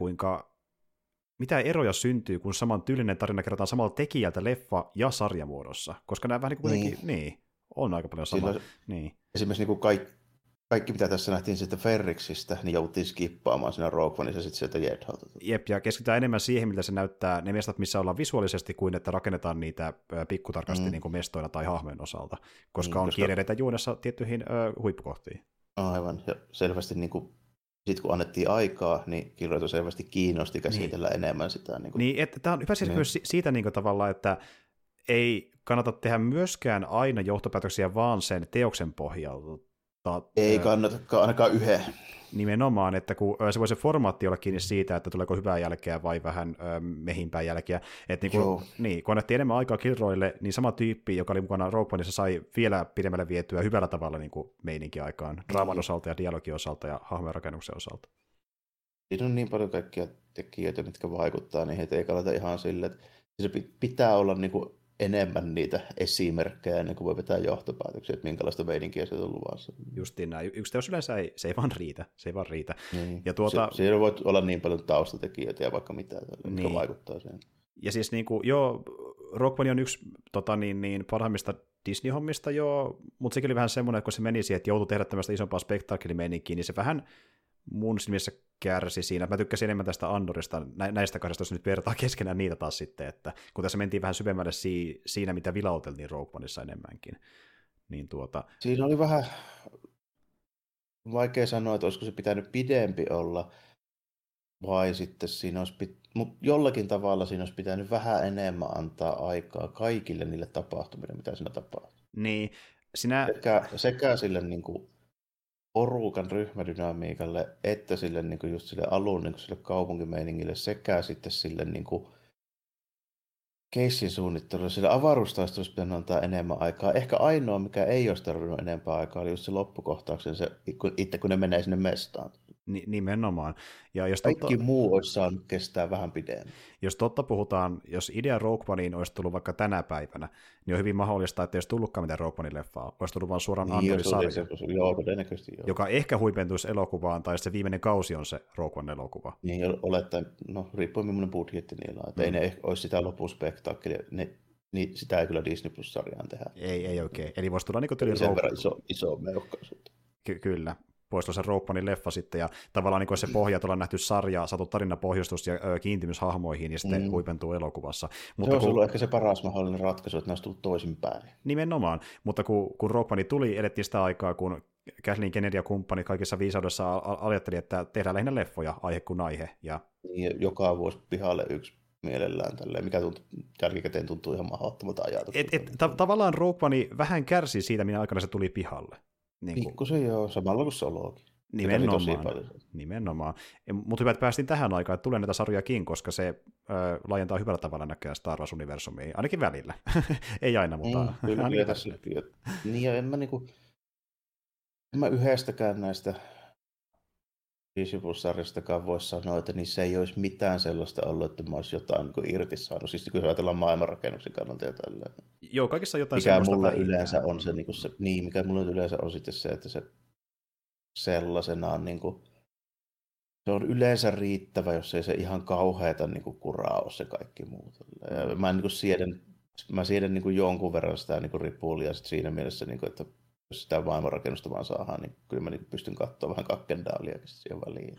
mitä eroja syntyy, kun saman tyylinen tarina kerrotaan samalla tekijältä leffa- ja sarjamuodossa, koska nämä vähän niin on aika paljon samaa. Niin. Esimerkiksi niin kaikki, mitä tässä nähtiin siitä Ferriksistä, niin jouttiin skippaamaan siinä Rogue Oneissa sitten sieltä Jedhalta. Jep, ja keskitytään enemmän siihen, miltä se näyttää ne mestat, missä ollaan visuaalisesti, kuin että rakennetaan niitä pikkutarkasti niin kuin mestoina tai hahmojen osalta, koska on kiireitä juonessa tiettyihin huippukohtiin. Aivan, ja selvästi niin kuin sitten kun annettiin aikaa, niin Gilroy selvästi kiinnosti käsitellä enemmän sitä. Niin, että tämä on hyvä siis myös siitä niin tavalla, että ei kannata tehdä myöskään aina johtopäätöksiä vaan sen teoksen pohjalta. Ei kannatakaan ainakaan yhden. Nimenomaan, että kun se voi se formaatti olla kiinni siitä, että tuleeko hyvää jälkeä vai vähän mehimpää jälkeä. Että kun annettiin enemmän aikaa Gilroylle, niin sama tyyppi, joka oli mukana Rogue Oneissa, sai vielä pidemmälle vietyä hyvällä tavalla niin kuin meininkin aikaan, draaman osalta ja dialogin osalta ja hahmojen rakennuksen osalta. Siinä on niin paljon kaikkia tekijöitä, mitkä vaikuttaa niihin, että ei kannata ihan sille, että se pitää olla niin kuin enemmän niitä esimerkkejä, ennen kuin voi vetää johtopäätöksiä, että minkälaista meininkiä se on luvassa. Justiin näin. Yksi teos yleensä se ei vaan riitä. Niin. Ja siinä voi olla niin paljon taustatekijöitä ja vaikka mitä, mikä vaikuttaa siihen. Ja siis Rogue One on yksi parhaimmista Disney-hommista, mutta sekin oli vähän semmoinen, että kun se meni siihen, että joutui tehdä tämmöistä isompaa spektaakkelimeininkiä, niin se vähän mun silmissä kärsi siinä. Mä tykkäsin enemmän tästä Andorista, näistä kahdesta, jos nyt vertaa keskenään niitä taas sitten, että kun tässä mentiin vähän syvemmälle siinä, mitä vilauteltiin Rogue Oneissa enemmänkin. Niin Siinä oli vähän vaikea sanoa, että olisiko se pitänyt pidempi olla, vai sitten siinä olisi mutta jollakin tavalla siinä olisi pitänyt vähän enemmän antaa aikaa kaikille niille tapahtumille, mitä siinä tapahtuu. Niin, sekä sille niin kuin porukan ryhmädynamiikalle, että sille niin kuin just sille alun niin kuin sille kaupunkimeiningille, sekä sitten sille niin kuin keissin suunnittelulle, sille avaruustaistelussa pitänyt antaa enemmän aikaa. Ehkä ainoa, mikä ei olisi tarvinnut enempää aikaa, oli just se loppukohtauksen, itse kun ne menee sinne mestaan. Nimenomaan. Ja jos kaikki muu olisi saanut kestää vähän pidemmän. Jos totta puhutaan, jos idea Rogue Oneen olisi tullut vaikka tänä päivänä, niin on hyvin mahdollista, että ei olisi tullutkaan mitään Rogue One-leffaa. Olisi tullut vaan suoraan Andori-sarja, joka ehkä huipentuisi elokuvaan, tai se viimeinen kausi on se Rogue One-elokuva. Niin, olettaen, riippuen millainen budjetti niillä on. Että ei ne olisi sitä lopuspektaakkelia, niin sitä ei kyllä Disney Plus-sarjaan tehdä. Ei oikein. Eli voisi tulla sen verran iso meuhkaisuutta. Kyllä. Pois se Rogue Onein leffa sitten, ja tavallaan niin se pohja, että ollaan nähty sarjaa, saatu tarinapohjustus ja kiintymys hahmoihin, ja sitten huipentuu elokuvassa. Mutta se on ollut ehkä se paras mahdollinen ratkaisu, että ne olisi tullut toisinpäin. Nimenomaan, mutta kun Rogue One tuli, elettiin sitä aikaa, kun Kathleen Kennedy ja kumppani kaikissa viisaudessa ajatteli, että tehdään lähinnä leffoja, aihe kuin aihe. Ja joka vuosi pihalle yksi mielellään tälleen, mikä jälkikäteen tuntuu ihan mahdottomalta ajatukselta. Tavallaan Rogue One vähän kärsi siitä, minä aikana se tuli pihalle. Pikkusen joo, samalla kuin Solokin. Nimenomaan. Mutta hyvä, että päästiin tähän aikaan, että tulee näitä sarjojakin, koska se laajentaa hyvällä tavalla näköjään Star Wars-universumia, ainakin välillä. Ei aina, mutta... Kyllä, tässä, niin, ja en mä yhdestäkään näistä sarjastakaan voi sanoa, että niissä ei olisi mitään sellaista ollut, että mä olisi jotain niin irti saanut. Siis kun ajatellaan maailmanrakennuksen kannalta ja tällä. Joo, kaikissa on jotain mikä mulle yleensä on se, mikä mulle yleensä on sitten se, että se sellaisenaan niin kuin, se on yleensä riittävä, jos ei se ihan kauheata niin kuin kuraa ole se kaikki muu. Ja mä niin kuin siedän niin kuin jonkun verran sitä niin kuin ripulia siinä mielessä, niin kuin, että jos sitä maailmanrakennusta vaan saadaan, niin kyllä mä niin pystyn katsoa vähän Kakkendaaliakin siihen väliin.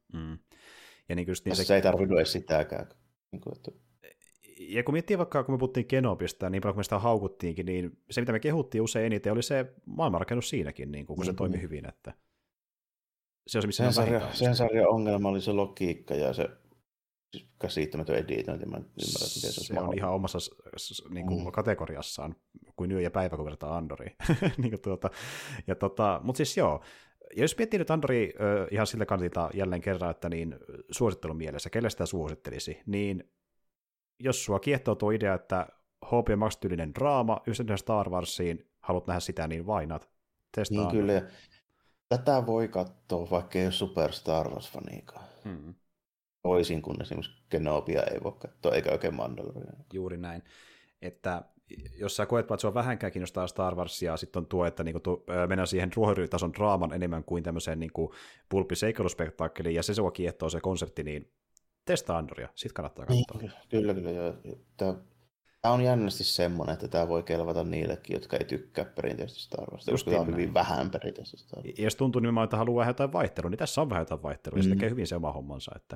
Ja niin just, niin se ei tarvinnut edes sitäkään. Niin kuin, että... Ja kun miettii vaikka, kun me puhuttiin Kenobista, niin paljon kuin me sitä haukuttiinkin, niin se, mitä me kehuttiin usein eniten, oli se maailmanrakennus siinäkin, niin kun se toimi hyvin. Että se on se, missä sen sarjan ongelma oli se logiikka ja se siis käsittämätön editointi. Mä ymmärrän, miten se on ihan omassa niin kuin, kategoriassaan kuin yö ja päivä, kun verrataan Andoriin. niin mutta siis joo, ja jos miettii nyt Andori ihan sillä kantilta jälleen kerran, että niin suosittelun mielessä, kelle sitä suosittelisi, niin jos sua kiehtoo tuo idea, että HBO Max-tyylinen draama, yhdessä Star Warsiin, haluat nähdä sitä, niin why not? Testaa niin kyllä, ja tätä voi katsoa, vaikka ei ole Super Star Wars-faniikaan. Toisin kuin esimerkiksi Kenobia ei voi katsoa, eikä oikein Mandalorian. Juuri näin. Että jos sä koet, että se on vähänkään kiinnostaa Star Warsia, sitten on tuo, että niinku mennään siihen ruohonjuuritason draaman enemmän kuin tämmöiseen niinku pulppiseikkailuspektaakkeliin, ja se sua kiehtoo se konsepti, niin testaa Andoria, sit kannattaa katsoa. Niin, kyllä. Tämä on jännästi semmoinen, että tämä voi kelvata niillekin, jotka ei tykkää perinteisesti Star Warsista, koska tämä on hyvin vähän perinteisesti Star Warsista. Ja jos tuntuu nimenomaan, että haluaa vähän jotain vaihtelua, niin tässä on vähän jotain vaihtelua, ja se tekee hyvin se oma hommansa, että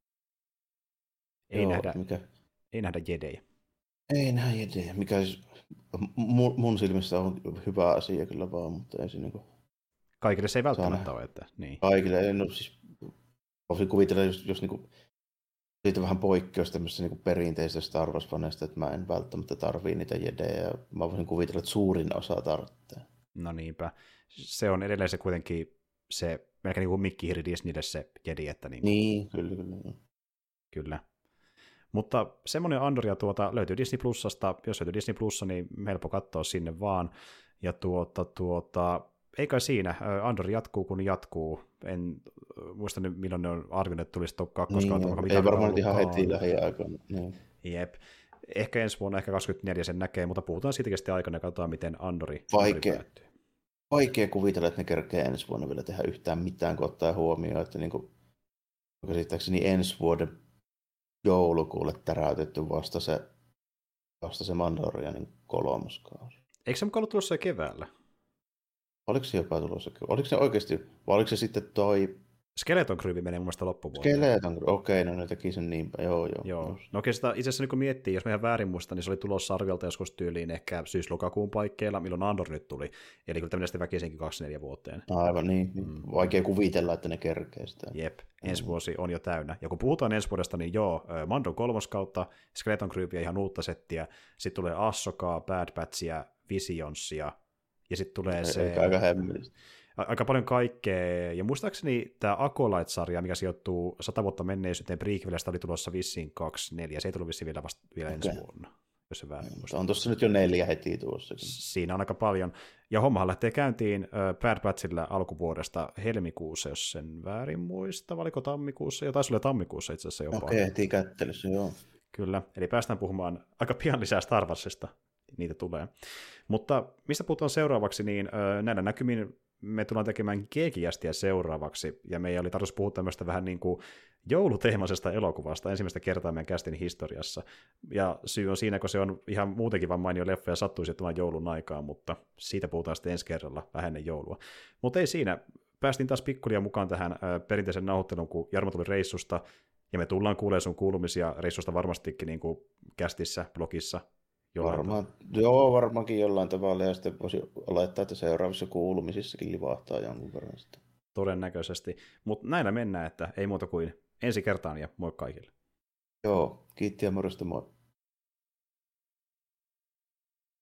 ei nähdä jedejä. Ei nähdä jedejä, mikä mun silmissä on hyvä asia kyllä vaan, mutta ei se niinku... Kaikille se ei välttämättä ole, että niin. Kaikille, no siis voisin kuvitella, jos niinku siitä vähän poikkeus tämmöistä niinku perinteistä Star Wars-faneista, että mä en välttämättä tarvii niitä jedejä, ja mä voisin kuvitella, että suurin osa tarvitsee. No niinpä. Se on edelleen se kuitenkin se, melkein niin kuin mikkihiiri Disneylle se jedi, että niin kyllä. Kyllä. Mutta semmoinen Andoria löytyy Disney Plusasta, jos löytyy Disney Plussa, niin helppo katsoa sinne vaan, ja ei kai siinä, Andor jatkuu kun jatkuu, en muista nyt milloin ne on arvioinut, että tulisi top 2 ei varmaan ihan heti lähiaikoina. Niin. Jep, ehkä ensi vuonna, ehkä 24 sen näkee, mutta puhutaan siitäkin sitten aikana ja katsotaan, miten Andori päättyy. Vaikea kuvitella, että ne kerkee ensi vuonna vielä tehdä yhtään mitään, kun ottaa huomioon, että niin käsittääkseni ensi vuoden joulukuulle täräytetty vasta se Mandalorianin 3. kausi. Eikö se mukaan ollut tulossa jo keväällä? Oliko se jopa tulossa? Oliko se oikeasti, vai oliko se sitten toi... Skeleton Crew menee mun mielestä loppuvuonna. Skeleton Crew, okei, no ne teki sen niinpä, joo. No oikein sitä itse asiassa niin kun miettii, jos mä ihan väärin muistan, niin se oli tulossa arviolta joskus tyyliin ehkä syys-lokakuun paikkeilla, milloin Andor nyt tuli. Eli kyllä tämmöinen sitten väkisinkin 24 vuoteen. Aivan niin, vaikea kuvitella, että ne kerkee sitä. Jep, ensi vuosi on jo täynnä. Ja kun puhutaan ensi vuodesta, niin joo, Mandon 3. kautta, Skeleton Crewia ihan uutta settiä, sitten tulee Ahsokaa, Bad Batchia, Visionsia, ja sitten tulee se... Aika hemmellistä. Aika paljon kaikkea, ja muistaakseni tämä Acolyte-sarja, mikä sijoittuu 100 vuotta menneisyyteen prequelista, oli tulossa vissiin 24, se ei tullut vissiin vielä ensi vuonna, jos se väärin muistaa. On tuossa nyt jo 4 heti tuossa. Siinä on aika paljon, ja hommahan lähtee käyntiin Bad Batchillä alkuvuodesta helmikuussa, jos sen väärin muista, valiko tammikuussa, taisi olla tammikuussa itse asiassa jopa. Okei, heti kättelyssä, joo. Kyllä, eli päästään puhumaan aika pian lisää Star Warsista, niitä tulee. Mutta mistä puhutaan seuraavaksi, niin näillä näkymin me tullaan tekemään Geekiästiä seuraavaksi, ja meidän oli tarkoitus puhua tämmöistä vähän niin kuin jouluteemaisesta elokuvasta ensimmäistä kertaa meidän kästin historiassa. Ja syy on siinä, kun se on ihan muutenkin vaan mainio leffa ja sattuisi tulemaan joulun aikaan, mutta siitä puhutaan sitten ensi kerralla vähän ennen joulua. Mutta ei siinä, päästiin taas pikkulia mukaan tähän perinteisen nauhoitteluun, kun Jarmo tuli reissusta, ja me tullaan kuulemaan sun kuulumisia reissusta varmastikin niin kuin kästissä, blogissa. Varmaankin jollain tavalla, ja sitten voisi olettaa, että seuraavissa kuulumisissakin livahtaa jonkun verran sitten. Todennäköisesti, mutta näillä mennään, että ei muuta kuin ensi kertaan ja moi kaikille. Joo, kiitti ja morjesta, moi.